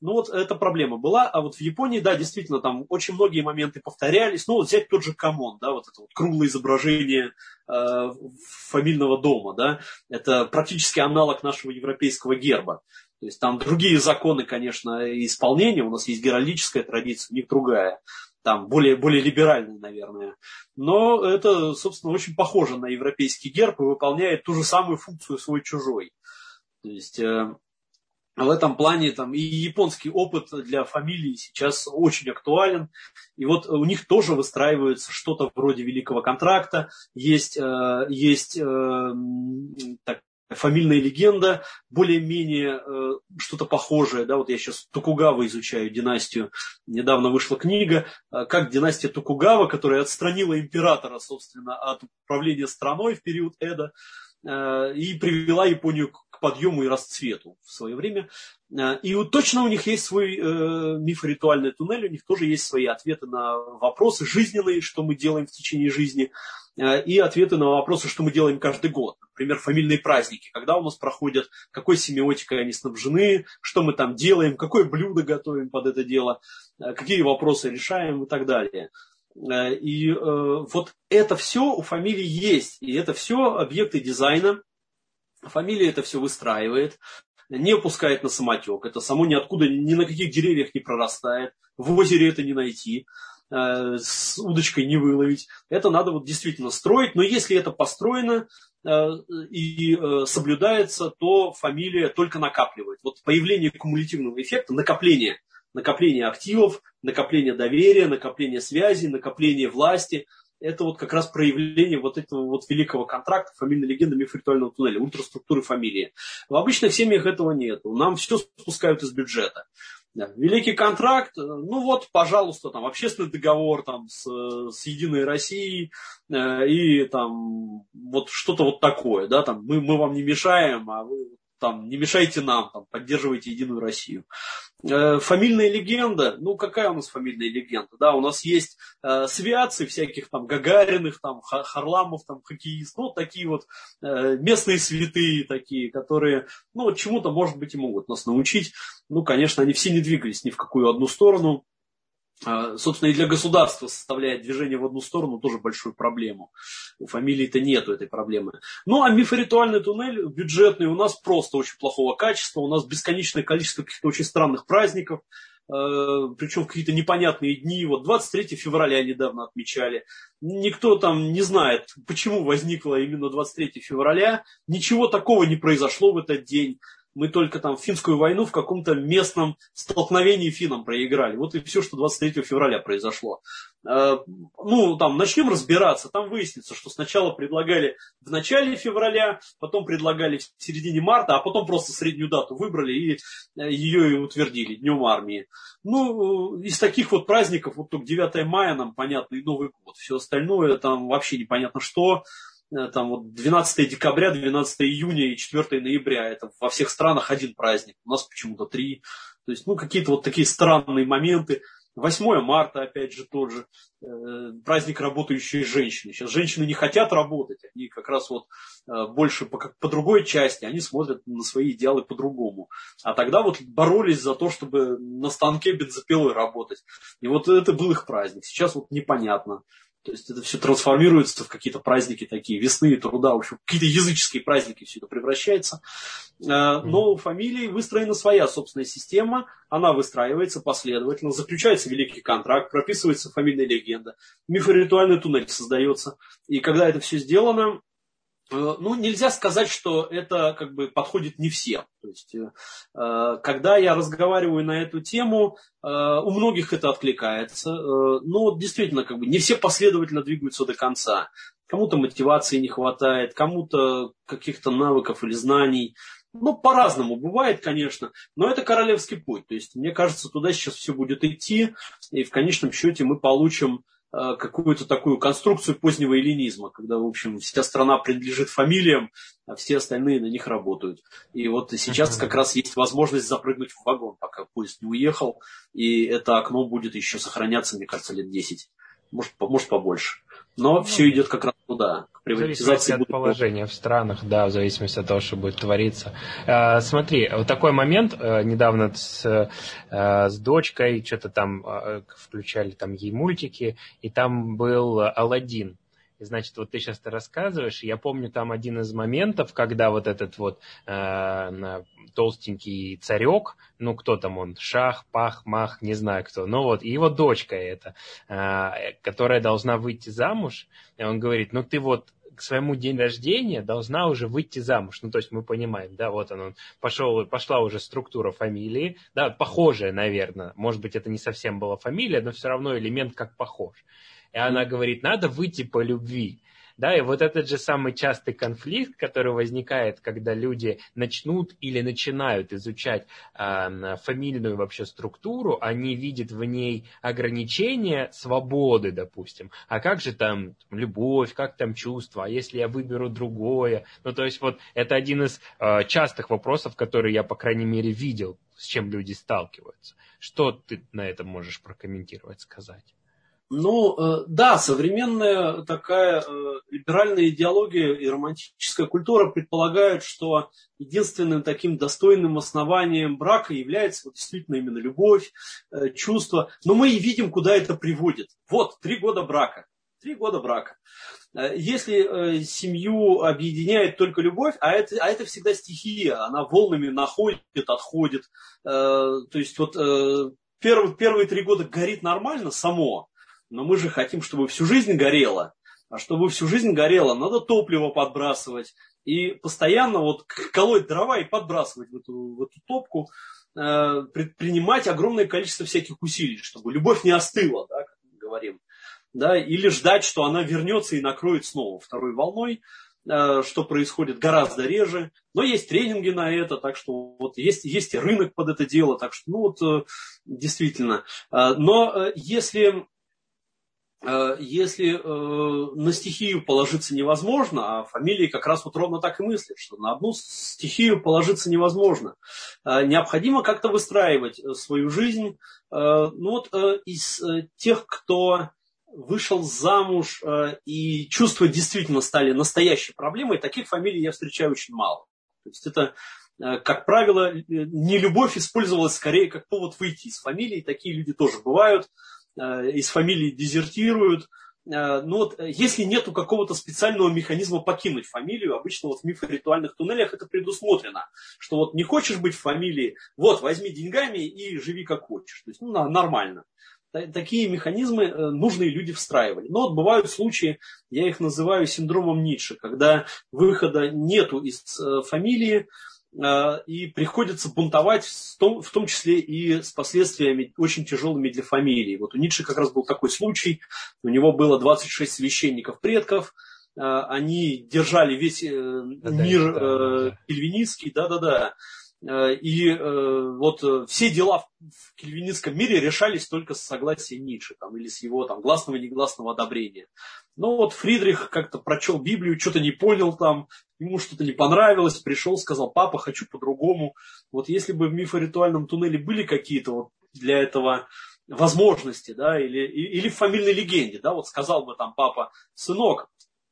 Ну вот эта проблема была, а вот в Японии, да, действительно, там очень многие моменты повторялись. Ну вот взять тот же камон, да, вот это вот круглое изображение э, фамильного дома, да, это практически аналог нашего европейского герба. То есть там другие законы, конечно, исполнения, у нас есть геральдическая традиция, у них другая. Там более, более либеральный, наверное. Но это, собственно, очень похоже на европейский герб и выполняет ту же самую функцию свой-чужой. То есть э, в этом плане там, и японский опыт для фамилии сейчас очень актуален. И вот у них тоже выстраивается что-то вроде великого контракта. Есть, э, есть э, так, фамильная легенда, более-менее э, что-то похожее. Да, вот я сейчас Токугава изучаю, династию. Недавно вышла книга, э, как династия Токугава, которая отстранила императора, собственно, от управления страной в период Эдо э, и привела Японию к подъему и расцвету в свое время. Э, и вот точно у них есть свой э, мифоритуальный туннель, у них тоже есть свои ответы на вопросы жизненные, что мы делаем в течение жизни, и ответы на вопросы, что мы делаем каждый год. Например, фамильные праздники, когда у нас проходят, какой семиотикой они снабжены, что мы там делаем, какое блюдо готовим под это дело, какие вопросы решаем и так далее. И э, вот это все у фамилии есть, и это все объекты дизайна. Фамилия это все выстраивает, не пускает на самотек, это само ниоткуда, ни на каких деревьях не прорастает, в озере это не найти, с удочкой не выловить. Это надо вот действительно строить, но если это построено э, и э, соблюдается, то фамилия только накапливает. Вот появление кумулятивного эффекта, накопление, накопление активов, накопление доверия, накопление связей, накопление власти, это вот как раз проявление вот этого вот великого контракта, фамильной легенды мифоритуального туннеля, ультраструктуры фамилии. В обычных семьях этого нет. Нам все спускают из бюджета. Да. Великий контракт, ну вот, пожалуйста, там общественный договор там, с, с Единой Россией э, и там вот что-то вот такое, да, там мы, мы вам не мешаем, а вы там не мешайте нам, там, поддерживайте Единую Россию. Э, фамильная легенда, ну какая у нас фамильная легенда, да, у нас есть э, святцы всяких там Гагариных, там Харламов, там хоккеист, ну такие вот э, местные святые такие, которые, ну вот чему-то может быть и могут нас научить. Ну, конечно, они все не двигались ни в какую одну сторону. Собственно, и для государства составляет движение в одну сторону тоже большую проблему. У фамилии-то нету этой проблемы. Ну, а мифоритуальный туннель бюджетный у нас просто очень плохого качества. У нас бесконечное количество каких-то очень странных праздников, причем в какие-то непонятные дни. Вот двадцать третьего февраля недавно отмечали. Никто там не знает, почему возникло именно двадцать третьего февраля. Ничего такого не произошло в этот день. Мы только там финскую войну в каком-то местном столкновении финнам проиграли. Вот и все, что двадцать третьего февраля произошло. Ну, там, начнем разбираться. Там выяснится, что сначала предлагали в начале февраля, потом предлагали в середине марта, а потом просто среднюю дату выбрали и ее и утвердили, Днем армии. Ну, из таких вот праздников, вот только девятое мая нам понятно и Новый год. Все остальное там вообще непонятно что. Там вот двенадцатого декабря, двенадцатого июня и четвёртого ноября. Это во всех странах один праздник. У нас почему-то три. То есть, ну, какие-то вот такие странные моменты. восьмое марта, опять же, тот же. Э, праздник работающей женщины. Сейчас женщины не хотят работать. Они как раз вот э, больше по, как, по другой части. Они смотрят на свои идеалы по-другому. А тогда вот боролись за то, чтобы на станке бензопилой работать. И вот это был их праздник. Сейчас вот непонятно. То есть это все трансформируется в какие-то праздники такие, весны, труда, в общем, какие-то языческие праздники все это превращается. Но у фамилии выстроена своя собственная система, она выстраивается последовательно, заключается великий контракт, прописывается фамильная легенда, мифоритуальный туннель создается. И когда это все сделано, ну, нельзя сказать, что это как бы подходит не всем. То есть, когда я разговариваю на эту тему, у многих это откликается. Но действительно, как бы не все последовательно двигаются до конца. Кому-то мотивации не хватает, кому-то каких-то навыков или знаний. Ну, по-разному бывает, конечно, но это королевский путь. То есть, мне кажется, туда сейчас все будет идти, и в конечном счете мы получим какую-то такую конструкцию позднего эллинизма, когда, в общем, вся страна принадлежит фамилиям, а все остальные на них работают. И вот сейчас как раз есть возможность запрыгнуть в вагон, пока поезд не уехал, и это окно будет еще сохраняться, мне кажется, лет десять, может, может побольше. Но
ну,
все идет как раз туда, к приватизации.
В зависимости от положения в странах, да, в зависимости от того, что будет твориться. А, смотри, вот такой момент, недавно с, с дочкой что-то там включали там ей мультики, и там был Аладдин. И, значит, вот ты сейчас это рассказываешь, и я помню там один из моментов, когда вот этот вот э, толстенький царек, ну, кто там он, Шах, Пах, Мах, не знаю кто, ну вот, и его дочка эта, э, которая должна выйти замуж, и он говорит, ну, ты вот к своему день рождения должна уже выйти замуж. Ну, то есть мы понимаем, да, вот он, он пошел, пошла уже структура фамилии, да, похожая, наверное, может быть, это не совсем была фамилия, но все равно элемент как похож. И она говорит, надо выйти по любви. Да, и вот этот же самый частый конфликт, который возникает, когда люди начнут или начинают изучать э, фамильную вообще структуру, они видят в ней ограничения свободы, допустим. А как же там любовь, как там чувства, а если я выберу другое? Ну, то есть вот это один из э, частых вопросов, которые я, по крайней мере, видел, с чем люди сталкиваются. Что ты на это можешь прокомментировать, сказать?
Ну, да, современная такая либеральная идеология и романтическая культура предполагают, что единственным таким достойным основанием брака является вот действительно именно любовь, чувства. Но мы и видим, куда это приводит. Вот, три года брака. Три года брака. Если семью объединяет только любовь, а это, а это всегда стихия, она волнами находит, отходит. То есть вот первые, первые три года горит нормально само. Но мы же хотим, чтобы всю жизнь горело. А чтобы всю жизнь горело, надо топливо подбрасывать. И постоянно вот колоть дрова и подбрасывать в эту, в эту топку. Э, предпринимать огромное количество всяких усилий, чтобы любовь не остыла, да, как мы говорим. Да, или ждать, что она вернется и накроет снова второй волной, э, что происходит гораздо реже. Но есть тренинги на это, так что вот есть, есть и рынок под это дело. Так что, ну вот, э, действительно. Э, но э, если... Если э, на стихию положиться невозможно, а фамилии как раз вот ровно так и мыслят, что на одну стихию положиться невозможно, э, необходимо как-то выстраивать свою жизнь. Э, ну вот э, из э, тех, кто вышел замуж э, и чувства действительно стали настоящей проблемой, таких фамилий я встречаю очень мало. То есть это, э, как правило, нелюбовь использовалась скорее как повод выйти из фамилии, такие люди тоже бывают. Из фамилии дезертируют. Ну вот, если нету какого-то специального механизма покинуть фамилию, обычно вот в мифоритуальных туннелях это предусмотрено, что вот не хочешь быть в фамилии, вот возьми деньгами и живи как хочешь. То есть, ну, нормально. Такие механизмы нужные люди встраивали. Но вот бывают случаи, я их называю синдромом Ницше, когда выхода нету из фамилии, и приходится бунтовать, в том, в том числе и с последствиями очень тяжелыми для фамилии. Вот у Ницше как раз был такой случай, у него было двадцать шесть священников предков, они держали весь да, мир да, да. кельвинистский, да-да-да. И вот все дела в кельвинистском мире решались только с согласия Ницше, там, или с его там, гласного и негласного одобрения. Но вот Фридрих как-то прочел Библию, что-то не понял там, ему что-то не понравилось, пришел, сказал, папа, хочу по-другому. Вот если бы в мифоритуальном туннеле были какие-то вот для этого возможности, да, или, или в фамильной легенде, да, вот сказал бы там папа, сынок,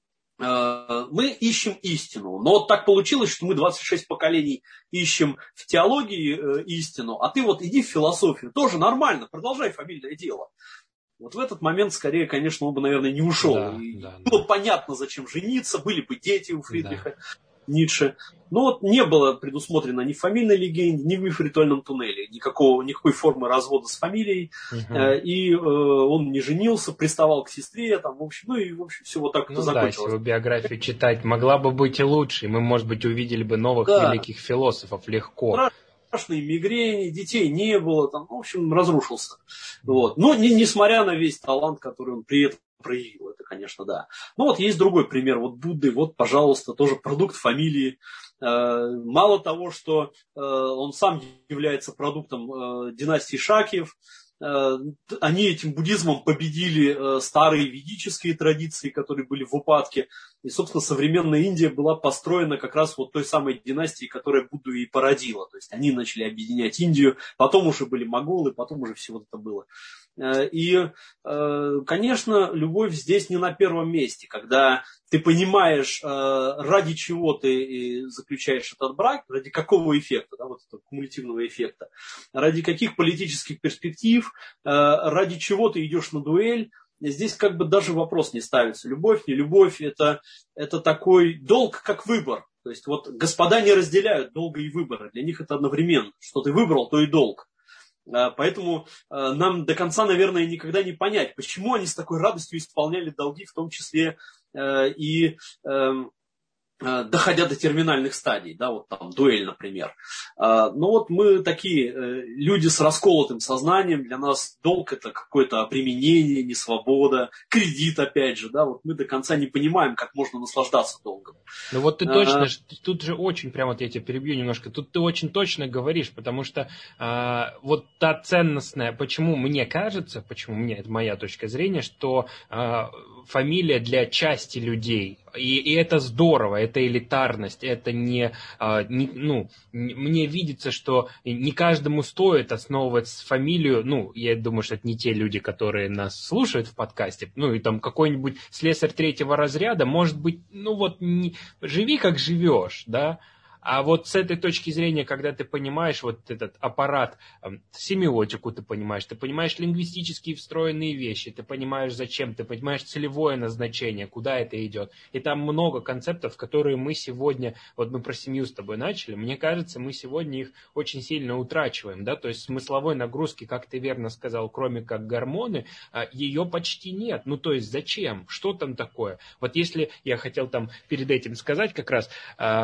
мы ищем истину, но вот так получилось, что мы двадцать шесть поколений ищем в теологии истину, а ты вот иди в философию, тоже нормально, продолжай фамильное дело. Вот в этот момент, скорее, конечно, он бы, наверное, не ушел. Да, и да, было да. понятно, зачем жениться, были бы дети у Фридриха да. Ницше. Но вот не было предусмотрено ни в фамильной легенде, ни в мифоритуальном туннеле никакого, никакой формы развода с фамилией. Угу. И э, он не женился, приставал к сестре, там, в общем, ну и, в общем, все вот так
ну,
это закончилось.
Да, если его биографию читать, могла бы быть и лучше. Мы, может быть, увидели бы новых да. великих философов легко.
Страшные мигрени, детей не было, там, в общем, разрушился. Вот. Но не, несмотря на весь талант, который он при этом проявил, это, конечно, да. Ну вот есть другой пример, вот Будды, вот, пожалуйста, тоже продукт фамилии. Мало того, что он сам является продуктом династии Шакьев, они этим буддизмом победили старые ведические традиции, которые были в упадке. И, собственно, современная Индия была построена как раз вот той самой династией, которая Будду и породила. То есть они начали объединять Индию, потом уже были моголы, потом уже все вот это было. И, конечно, любовь здесь не на первом месте, когда ты понимаешь, ради чего ты заключаешь этот брак, ради какого эффекта, да, вот этого кумулятивного эффекта, ради каких политических перспектив, ради чего ты идешь на дуэль. Здесь как бы даже вопрос не ставится. Любовь, не любовь, это, это такой долг, как выбор. То есть вот господа не разделяют долга и выбора. Для них это одновременно. Что ты выбрал, то и долг. Поэтому нам до конца, наверное, никогда не понять, почему они с такой радостью исполняли долги, в том числе и доходя до терминальных стадий, да, вот там дуэль, например. Но вот мы такие люди с расколотым сознанием, для нас долг это какое-то применение, не свобода, кредит опять же, да, вот мы до конца не понимаем, как можно наслаждаться долгом.
Ну вот ты точно, а, тут же очень, прямо вот я тебя перебью немножко, тут ты очень точно говоришь, потому что а, вот та ценностная, почему мне кажется, почему мне, это моя точка зрения, что а, фамилия для части людей, и, и это здорово, это элитарность, это не, а, не, ну, мне видится, что не каждому стоит основывать фамилию, ну, я думаю, что это не те люди, которые нас слушают в подкасте, ну, и там какой-нибудь слесарь третьего разряда, может быть, ну, вот, не, живи как живешь, да. А вот с этой точки зрения, когда ты понимаешь вот этот аппарат, семиотику ты понимаешь, ты понимаешь лингвистические встроенные вещи, ты понимаешь зачем, ты понимаешь целевое назначение, куда это идет. И там много концептов, которые мы сегодня, вот мы про семью с тобой начали, мне кажется, мы сегодня их очень сильно утрачиваем, да, то есть смысловой нагрузки, как ты верно сказал, кроме как гормоны, ее почти нет. Ну, то есть зачем? Что там такое? Вот если я хотел там перед этим сказать как раз,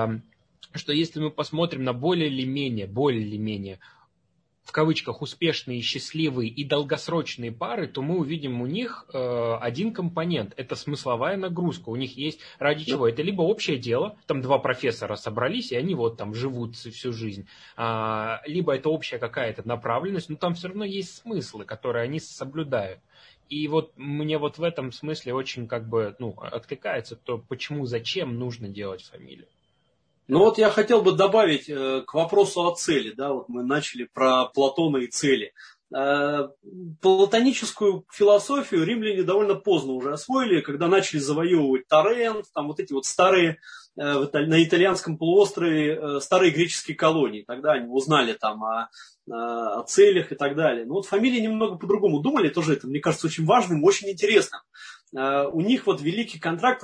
что если мы посмотрим на более или менее, более или менее, в кавычках, успешные, счастливые и долгосрочные пары, то мы увидим у них э, один компонент. Это смысловая нагрузка. У них есть ради чего? Это либо общее дело, там два профессора собрались, и они вот там живут всю жизнь. А, либо это общая какая-то направленность, но там все равно есть смыслы, которые они соблюдают. И вот мне вот в этом смысле очень как бы, ну, откликается то, почему, зачем нужно делать фамилию.
Ну вот я хотел бы добавить э, к вопросу о цели, да, вот мы начали про Платона и цели. Э, платоническую философию римляне довольно поздно уже освоили, когда начали завоевывать Торрент, там вот эти вот старые, э, на итальянском полуострове, э, старые греческие колонии. Тогда они узнали там о, о целях и так далее. Но вот фамилии немного по-другому думали, тоже это, мне кажется, очень важным, очень интересным. У них вот великий контракт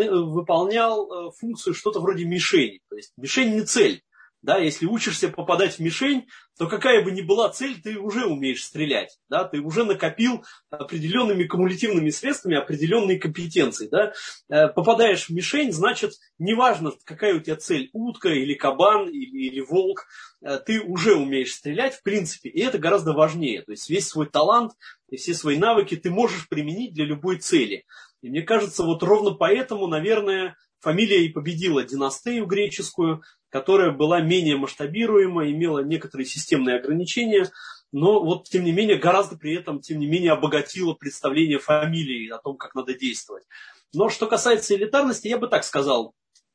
выполнял функцию что-то вроде мишени. То есть мишень не цель. Да, если учишься попадать в мишень, то какая бы ни была цель, ты уже умеешь стрелять. Да, ты уже накопил определенными кумулятивными средствами определенные компетенции. Да. Попадаешь в мишень, значит, неважно, какая у тебя цель, утка или кабан или, или волк, ты уже умеешь стрелять в принципе, и это гораздо важнее. То есть весь свой талант и все свои навыки ты можешь применить для любой цели. И мне кажется, вот ровно поэтому, наверное, фамилия и победила династию греческую, которая была менее масштабируема, имела некоторые системные ограничения, но вот, тем не менее, гораздо при этом, тем не менее, обогатила представление фамилии о том, как надо действовать. Но что касается элитарности, я бы так сказал,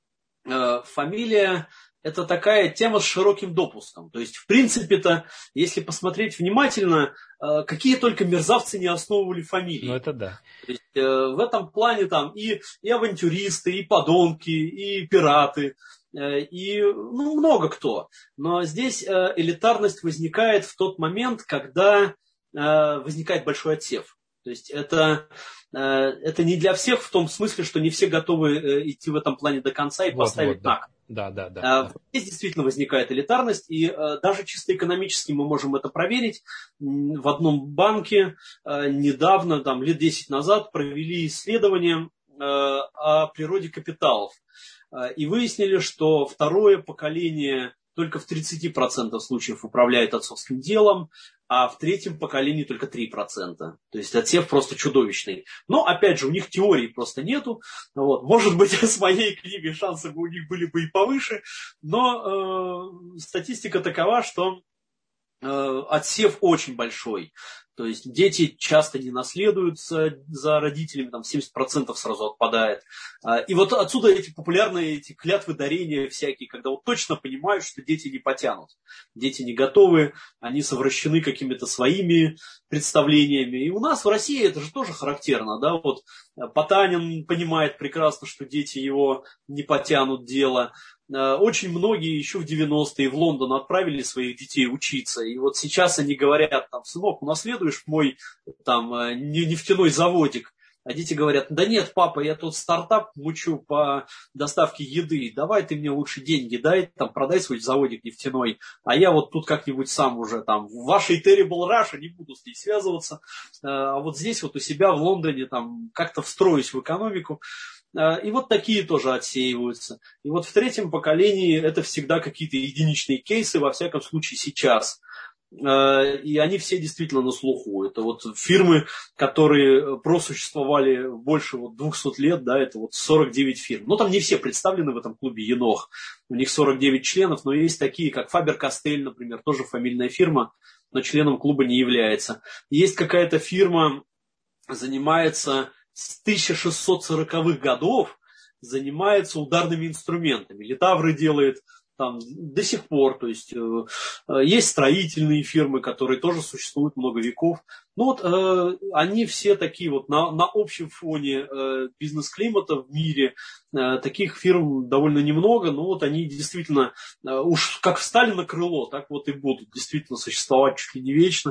фамилия – это такая тема с широким допуском. То есть, в принципе-то, если посмотреть внимательно, какие только мерзавцы не основывали фамилии.
Ну, это да.
То есть, в этом плане там и, и авантюристы, и подонки, и пираты, и ну, много кто. Но здесь элитарность возникает в тот момент, когда возникает большой отсев. То есть это, это не для всех в том смысле, что не все готовы идти в этом плане до конца и вот, поставить вот, да. на.
Да, да, да,
а,
да.
Здесь действительно возникает элитарность, и а, даже чисто экономически мы можем это проверить. В одном банке а, недавно, там, лет десять назад, провели исследование а, о природе капиталов. А, и выяснили, что второе поколение только в тридцати процентах случаев управляет отцовским делом, а в третьем поколении только три процента. То есть отсев просто чудовищный. Но, опять же, у них теории просто нету. Вот. Может быть, с моей книгой шансы бы у них были бы и повыше, но э, статистика такова, что отсев очень большой. То есть дети часто не наследуются за родителями, там семьдесят процентов сразу отпадает. И вот отсюда эти популярные эти клятвы дарения всякие, когда вот точно понимают, что дети не потянут. Дети не готовы, они совращены какими-то своими представлениями. И у нас в России это же тоже характерно. Да? Вот Потанин понимает прекрасно, что дети его не потянут дело. Очень многие еще в девяностые в Лондон отправили своих детей учиться. И вот сейчас они говорят, там, сынок, унаследуешь мой там, нефтяной заводик. А дети говорят, да нет, папа, я тут стартап мучу по доставке еды. Давай ты мне лучше деньги дай, там, продай свой заводик нефтяной. А я вот тут как-нибудь сам уже там в вашей Terrible Russia не буду с ней связываться. А вот здесь вот у себя в Лондоне там как-то встроюсь в экономику. И вот такие тоже отсеиваются. И вот в третьем поколении это всегда какие-то единичные кейсы, во всяком случае сейчас. И они все действительно на слуху. Это вот фирмы, которые просуществовали больше вот двухсот лет, да, это вот сорок девять фирм. Но там не все представлены в этом клубе Енох. У них сорок девять членов, но есть такие, как Фабер-Кастель, например, тоже фамильная фирма, но членом клуба не является. Есть какая-то фирма, занимается с тысяча шестьсот сороковых годов, занимается ударными инструментами. Литавры делает там до сих пор, то есть э, есть строительные фирмы, которые тоже существуют много веков. Ну вот э, они все такие вот на, на общем фоне э, бизнес-климата в мире, э, таких фирм довольно немного, но вот они действительно э, уж как встали на крыло, так вот и будут действительно существовать чуть ли не вечно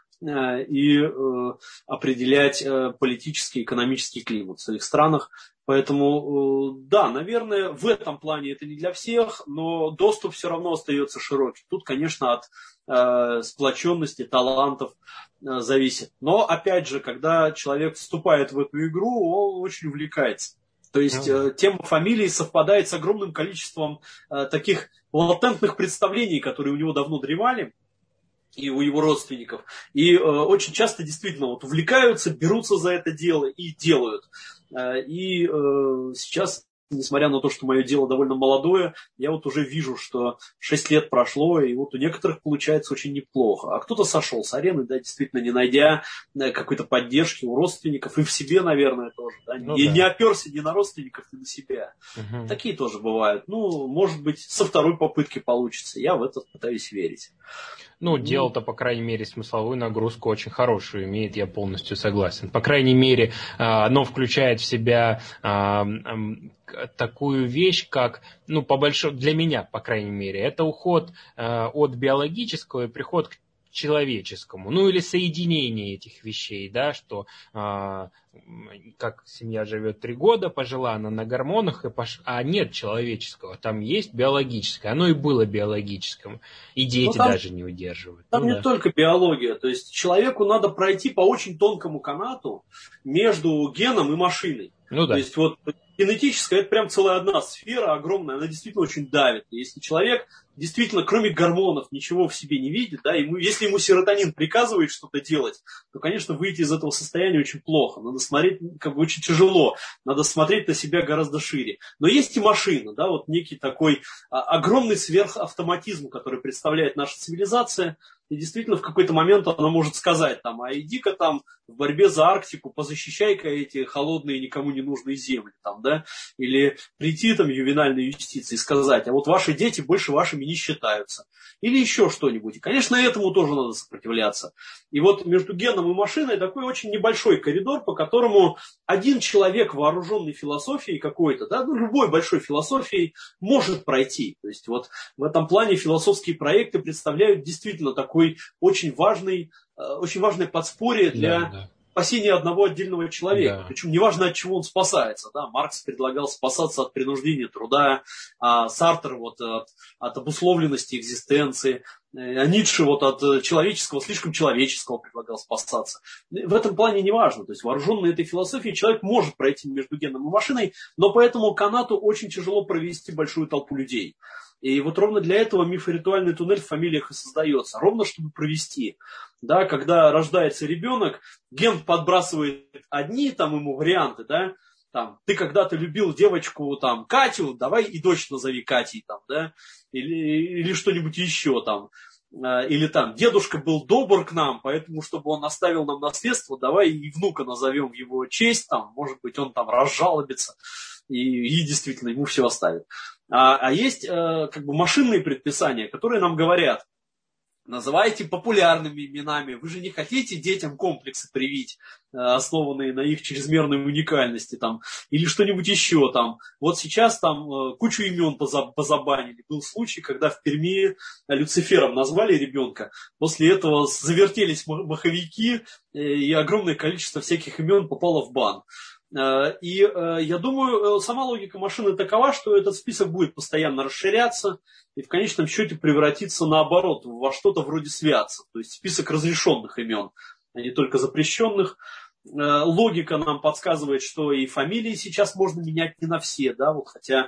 и э, определять э, политический и экономический климат в своих странах. Поэтому, э, да, наверное, в этом плане это не для всех, но доступ все равно остается широкий. Тут, конечно, от э, сплоченности, талантов э, зависит. Но, опять же, когда человек вступает в эту игру, он очень увлекается. То есть э, тема фамилии совпадает с огромным количеством э, таких латентных представлений, которые у него давно древали, и у его родственников. И э, очень часто действительно вот увлекаются, берутся за это дело и делают. Э, и э, сейчас, несмотря на то, что мое дело довольно молодое, я вот уже вижу, что шесть лет прошло, и вот у некоторых получается очень неплохо. А кто-то сошел с арены, да, действительно, не найдя какой-то поддержки у родственников, и в себе, наверное, тоже. Да, ну, не, да. не оперся ни на родственников, ни на себя. Угу. Такие тоже бывают. Ну, может быть, со второй попытки получится. Я в это пытаюсь верить.
Ну, дело-то, по крайней мере, смысловую нагрузку очень хорошую имеет, я полностью согласен. По крайней мере, оно включает в себя такую вещь, как, ну, по большому, для меня, по крайней мере, это уход от биологического и приход к человеческому, ну или соединение этих вещей, да, что а, как семья живет три года, пожила она на гормонах, и пош... а нет человеческого, там есть биологическое, оно и было биологическим, и дети там, даже не удерживают.
Там
ну,
не
да.
только биология, то есть человеку надо пройти по очень тонкому канату между геном и машиной.
Ну, да.
То есть вот генетическая, это прям целая одна сфера огромная, она действительно очень давит. Если человек действительно, кроме гормонов, ничего в себе не видит, да, ему, если ему серотонин приказывает что-то делать, то, конечно, выйти из этого состояния очень плохо. Надо смотреть, как бы очень тяжело, надо смотреть на себя гораздо шире. Но есть и машина, да, вот некий такой а, огромный сверхавтоматизм, который представляет наша цивилизация. И действительно в какой-то момент она может сказать, там, а иди-ка там в борьбе за Арктику, позащищай-ка эти холодные никому не нужные земли, там, да, или прийти там ювенальной юстиции и сказать, а вот ваши дети больше вашими не считаются, или еще что-нибудь. И, конечно, этому тоже надо сопротивляться. И вот между геном и машиной такой очень небольшой коридор, по которому один человек, вооруженный философией какой-то, да, ну, любой большой философией, может пройти. То есть вот в этом плане философские проекты представляют действительно такой очень важный, очень важное подспорье для да, да. спасения одного отдельного человека. Да. Причем неважно, от чего он спасается. Да? Маркс предлагал спасаться от принуждения труда, а Сартер вот от, от обусловленности экзистенции, а Ницше вот от человеческого, слишком человеческого предлагал спасаться. В этом плане неважно. То есть вооруженный этой философией человек может пройти между геном и машиной, но по этому канату очень тяжело провести большую толпу людей. И вот ровно для этого мифоритуальный туннель в фамилиях и создается. Ровно чтобы провести. Да, когда рождается ребенок, ген подбрасывает одни там ему варианты, да, там, ты когда-то любил девочку, там, Катю, давай и дочь назови Катей, там, да, или, или что-нибудь еще, там. или там дедушка был добр к нам, поэтому, чтобы он оставил нам наследство, давай и внука назовем в его честь, там, может быть, он там разжалобится и, и действительно ему все оставит. А, а есть как бы машинные предписания, которые нам говорят: называйте популярными именами. Вы же не хотите детям комплексы привить, основанные на их чрезмерной уникальности, там, или что-нибудь еще там. Вот сейчас там кучу имен позабанили. Был случай, когда в Перми Люцифером назвали ребенка. После этого завертелись маховики, и огромное количество всяких имен попало в бан. И я думаю, сама логика машины такова, что этот список будет постоянно расширяться и в конечном счете превратиться наоборот во что-то вроде святца, то есть список разрешенных имен, а не только запрещенных. Логика нам подсказывает, что и фамилии сейчас можно менять не на все, да, вот, хотя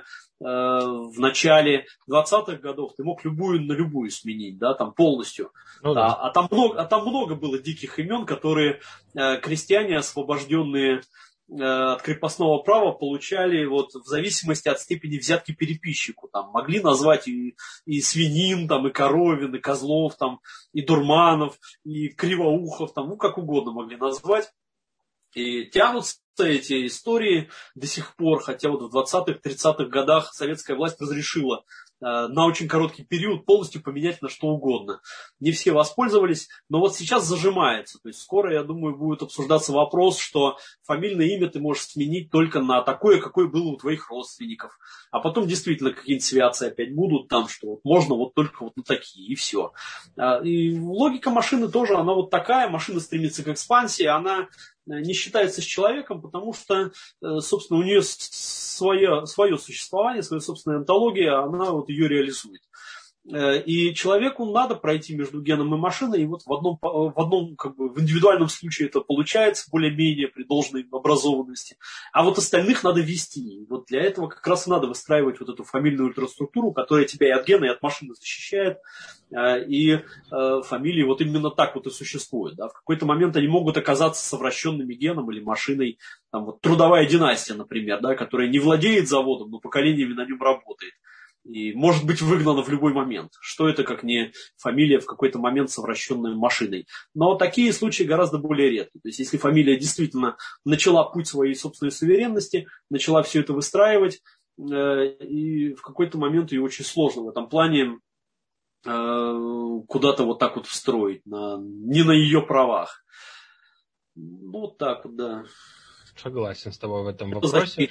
в начале двадцатых годов ты мог любую на любую сменить, да, там полностью. Ну, да. а, а, там много, а там много было диких имен, которые крестьяне, освобожденные от крепостного права, получали вот в зависимости от степени взятки переписчику. Там могли назвать и, и свинин, там, и коровин, и козлов, там, и дурманов, и кривоухов, там, ну как угодно могли назвать. И тянутся эти истории до сих пор, хотя вот в двадцатых-тридцатых годах советская власть разрешила на очень короткий период полностью поменять на что угодно. Не все воспользовались, но вот сейчас зажимается. То есть скоро, я думаю, будет обсуждаться вопрос, что фамильное имя ты можешь сменить только на такое, какое было у твоих родственников. А потом действительно какие-нибудь святцы опять будут там, что вот можно вот только вот на такие, и все. И логика машины тоже, она вот такая. Машина стремится к экспансии, она не считается с человеком, потому что, собственно, у нее свое, свое существование, своя собственная онтология, она вот ее реализует. И человеку надо пройти между геном и машиной, и вот в одном, в одном как бы, в индивидуальном случае это получается более-менее при должной образованности, а вот остальных надо вести. И вот для этого как раз и надо выстраивать вот эту фамильную ультраструктуру, которая тебя и от гена, и от машины защищает, и фамилии вот именно так вот и существуют. Да? В какой-то момент они могут оказаться совращенными геном или машиной, там, вот, трудовая династия, например, да, которая не владеет заводом, но поколениями на нем работает. И может быть выгнана в любой момент. Что это, как не фамилия в какой-то момент совращенная машиной. Но такие случаи гораздо более редки. То есть если фамилия действительно начала путь своей собственной суверенности, начала все это выстраивать, и в какой-то момент ее очень сложно в этом плане куда-то вот так вот встроить, на, не на ее правах. Ну, вот так вот, да.
Согласен с тобой в этом вопросе.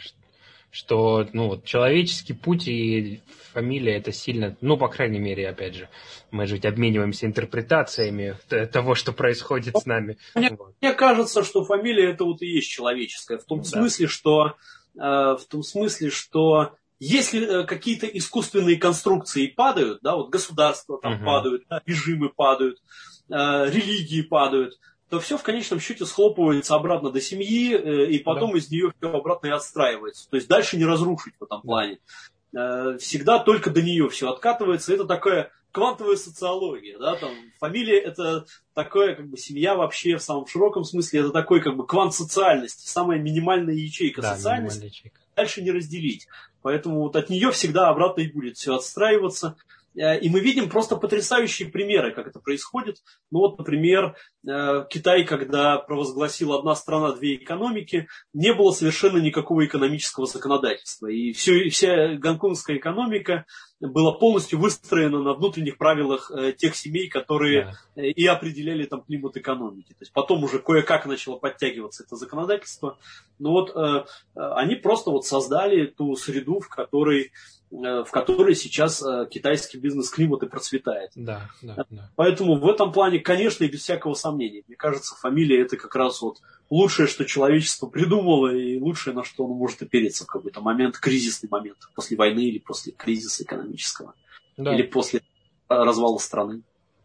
Что, ну, вот, человеческий путь и фамилия это сильно, ну, по крайней мере, опять же, мы же ведь обмениваемся интерпретациями того, что происходит с нами.
Мне, вот. мне кажется, что фамилия это вот и есть человеческая, в том да. смысле, что, э, в том смысле, что если какие-то искусственные конструкции падают, да, вот государства там угу. падают, да, режимы падают, э, религии падают, то все в конечном счете схлопывается обратно до семьи, э, и потом да. из нее все обратно и отстраивается. То есть дальше не разрушить в этом плане. Э, всегда только до нее все откатывается. Это такая квантовая социология. Да? Там, фамилия это такая как бы семья вообще в самом широком смысле. Это такой как бы квант социальности. Самая минимальная ячейка да, социальности. Ячейка. Дальше не разделить. Поэтому вот от нее всегда обратно и будет все отстраиваться. И мы видим просто потрясающие примеры, как это происходит. Ну вот, например, Китай, когда провозгласил одна страна, две экономики, не было совершенно никакого экономического законодательства. И все, вся гонконгская экономика была полностью выстроена на внутренних правилах тех семей, которые да. и определяли там климат экономики. То есть потом уже кое-как начало подтягиваться это законодательство. Но вот они просто вот создали ту среду, в которой в которой сейчас китайский бизнес-климат и процветает.
Да, да, да.
Поэтому в этом плане, конечно, и без всякого сомнения, мне кажется, фамилия это как раз вот лучшее, что человечество придумало, и лучшее, на что оно может опереться в какой-то момент, кризисный момент, после войны или после кризиса экономического, да. или после развала страны.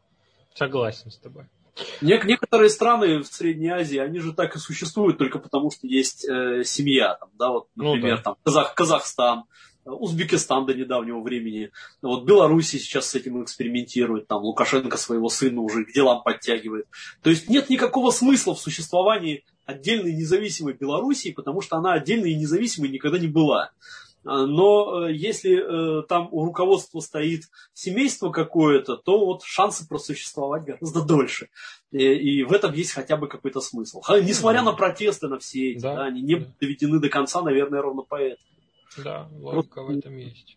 Согласен с тобой.
Некоторые страны в Средней Азии, они же так и существуют только потому, что есть э, семья. Там, да, вот, например, ну, да. там, Казах, Казахстан, Узбекистан до недавнего времени. Вот Белоруссия сейчас с этим экспериментирует. Там Лукашенко своего сына уже к делам подтягивает. То есть нет никакого смысла в существовании отдельной независимой Белоруссии, потому что она отдельной и независимой никогда не была. Но если там у руководства стоит семейство какое-то, то вот шансы просуществовать гораздо дольше. И, и в этом есть хотя бы какой-то смысл. Несмотря на протесты, на все эти, да, да, они не да. доведены до конца, наверное, ровно поэтому.
Да, логика Просто... в этом есть.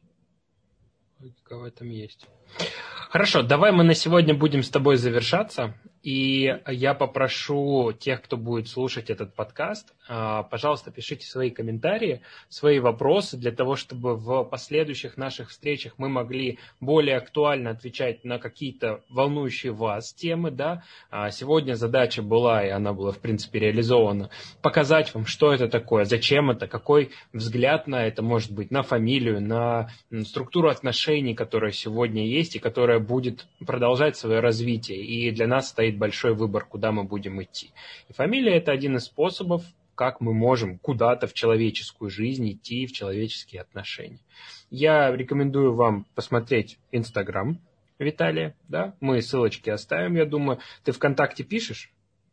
Логика в этом есть. Хорошо, давай мы на сегодня будем с тобой завершаться. И я попрошу тех, кто будет слушать этот подкаст, пожалуйста, пишите свои комментарии, свои вопросы, для того, чтобы в последующих наших встречах мы могли более актуально отвечать на какие-то волнующие вас темы. Да? Сегодня задача была, и она была, в принципе, реализована, показать вам, что это такое, зачем это, какой взгляд на это может быть, на фамилию, на структуру отношений, которая сегодня есть и которая будет продолжать свое развитие. И для нас стоит большой выбор, куда мы будем идти. И фамилия – это один из способов, как мы можем куда-то в человеческую жизнь идти, в человеческие отношения. Я рекомендую вам посмотреть Инстаграм Виталия. Да? Мы ссылочки оставим, я думаю. Ты ВКонтакте пишешь?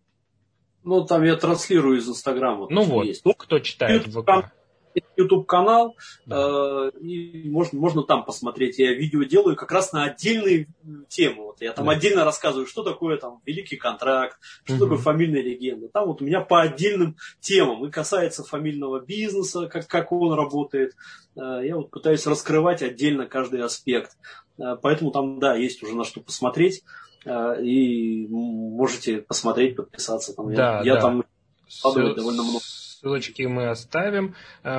Ну, там я транслирую из Инстаграма.
Ну вот, есть. Кто читает ВК?
YouTube-канал, да. э, и можно, можно там посмотреть. Я видео делаю как раз на отдельные темы. Вот я там да. отдельно рассказываю, что такое там великий контракт, что угу. такое фамильная легенда. Там вот у меня по отдельным темам. И касается фамильного бизнеса, как, как он работает. Э, я вот пытаюсь раскрывать отдельно каждый аспект. Э, поэтому там, да, есть уже на что посмотреть. Э, и можете посмотреть, подписаться. Там.
Да,
я, я
да.
там вкладываю довольно много.
Ссылочки мы оставим.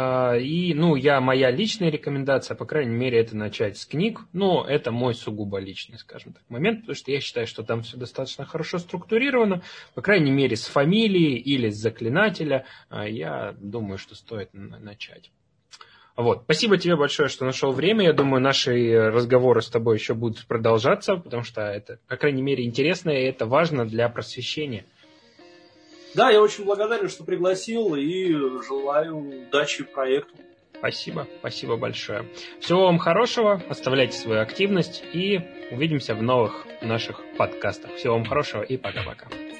И, ну, я, моя личная рекомендация, по крайней мере, это начать с книг. Но это мой сугубо личный, скажем так, момент, потому что я считаю, что там все достаточно хорошо структурировано. По крайней мере, с фамилии или с заклинателя. Я думаю, что стоит начать. Вот. Спасибо тебе большое, что нашел время. Я думаю, наши разговоры с тобой еще будут продолжаться, потому что это, по крайней мере, интересно, и это важно для просвещения.
Да, я очень благодарен, что пригласил, и желаю удачи проекту.
Спасибо, спасибо большое. Всего вам хорошего, оставляйте свою активность, и увидимся в новых наших подкастах. Всего вам хорошего и пока-пока.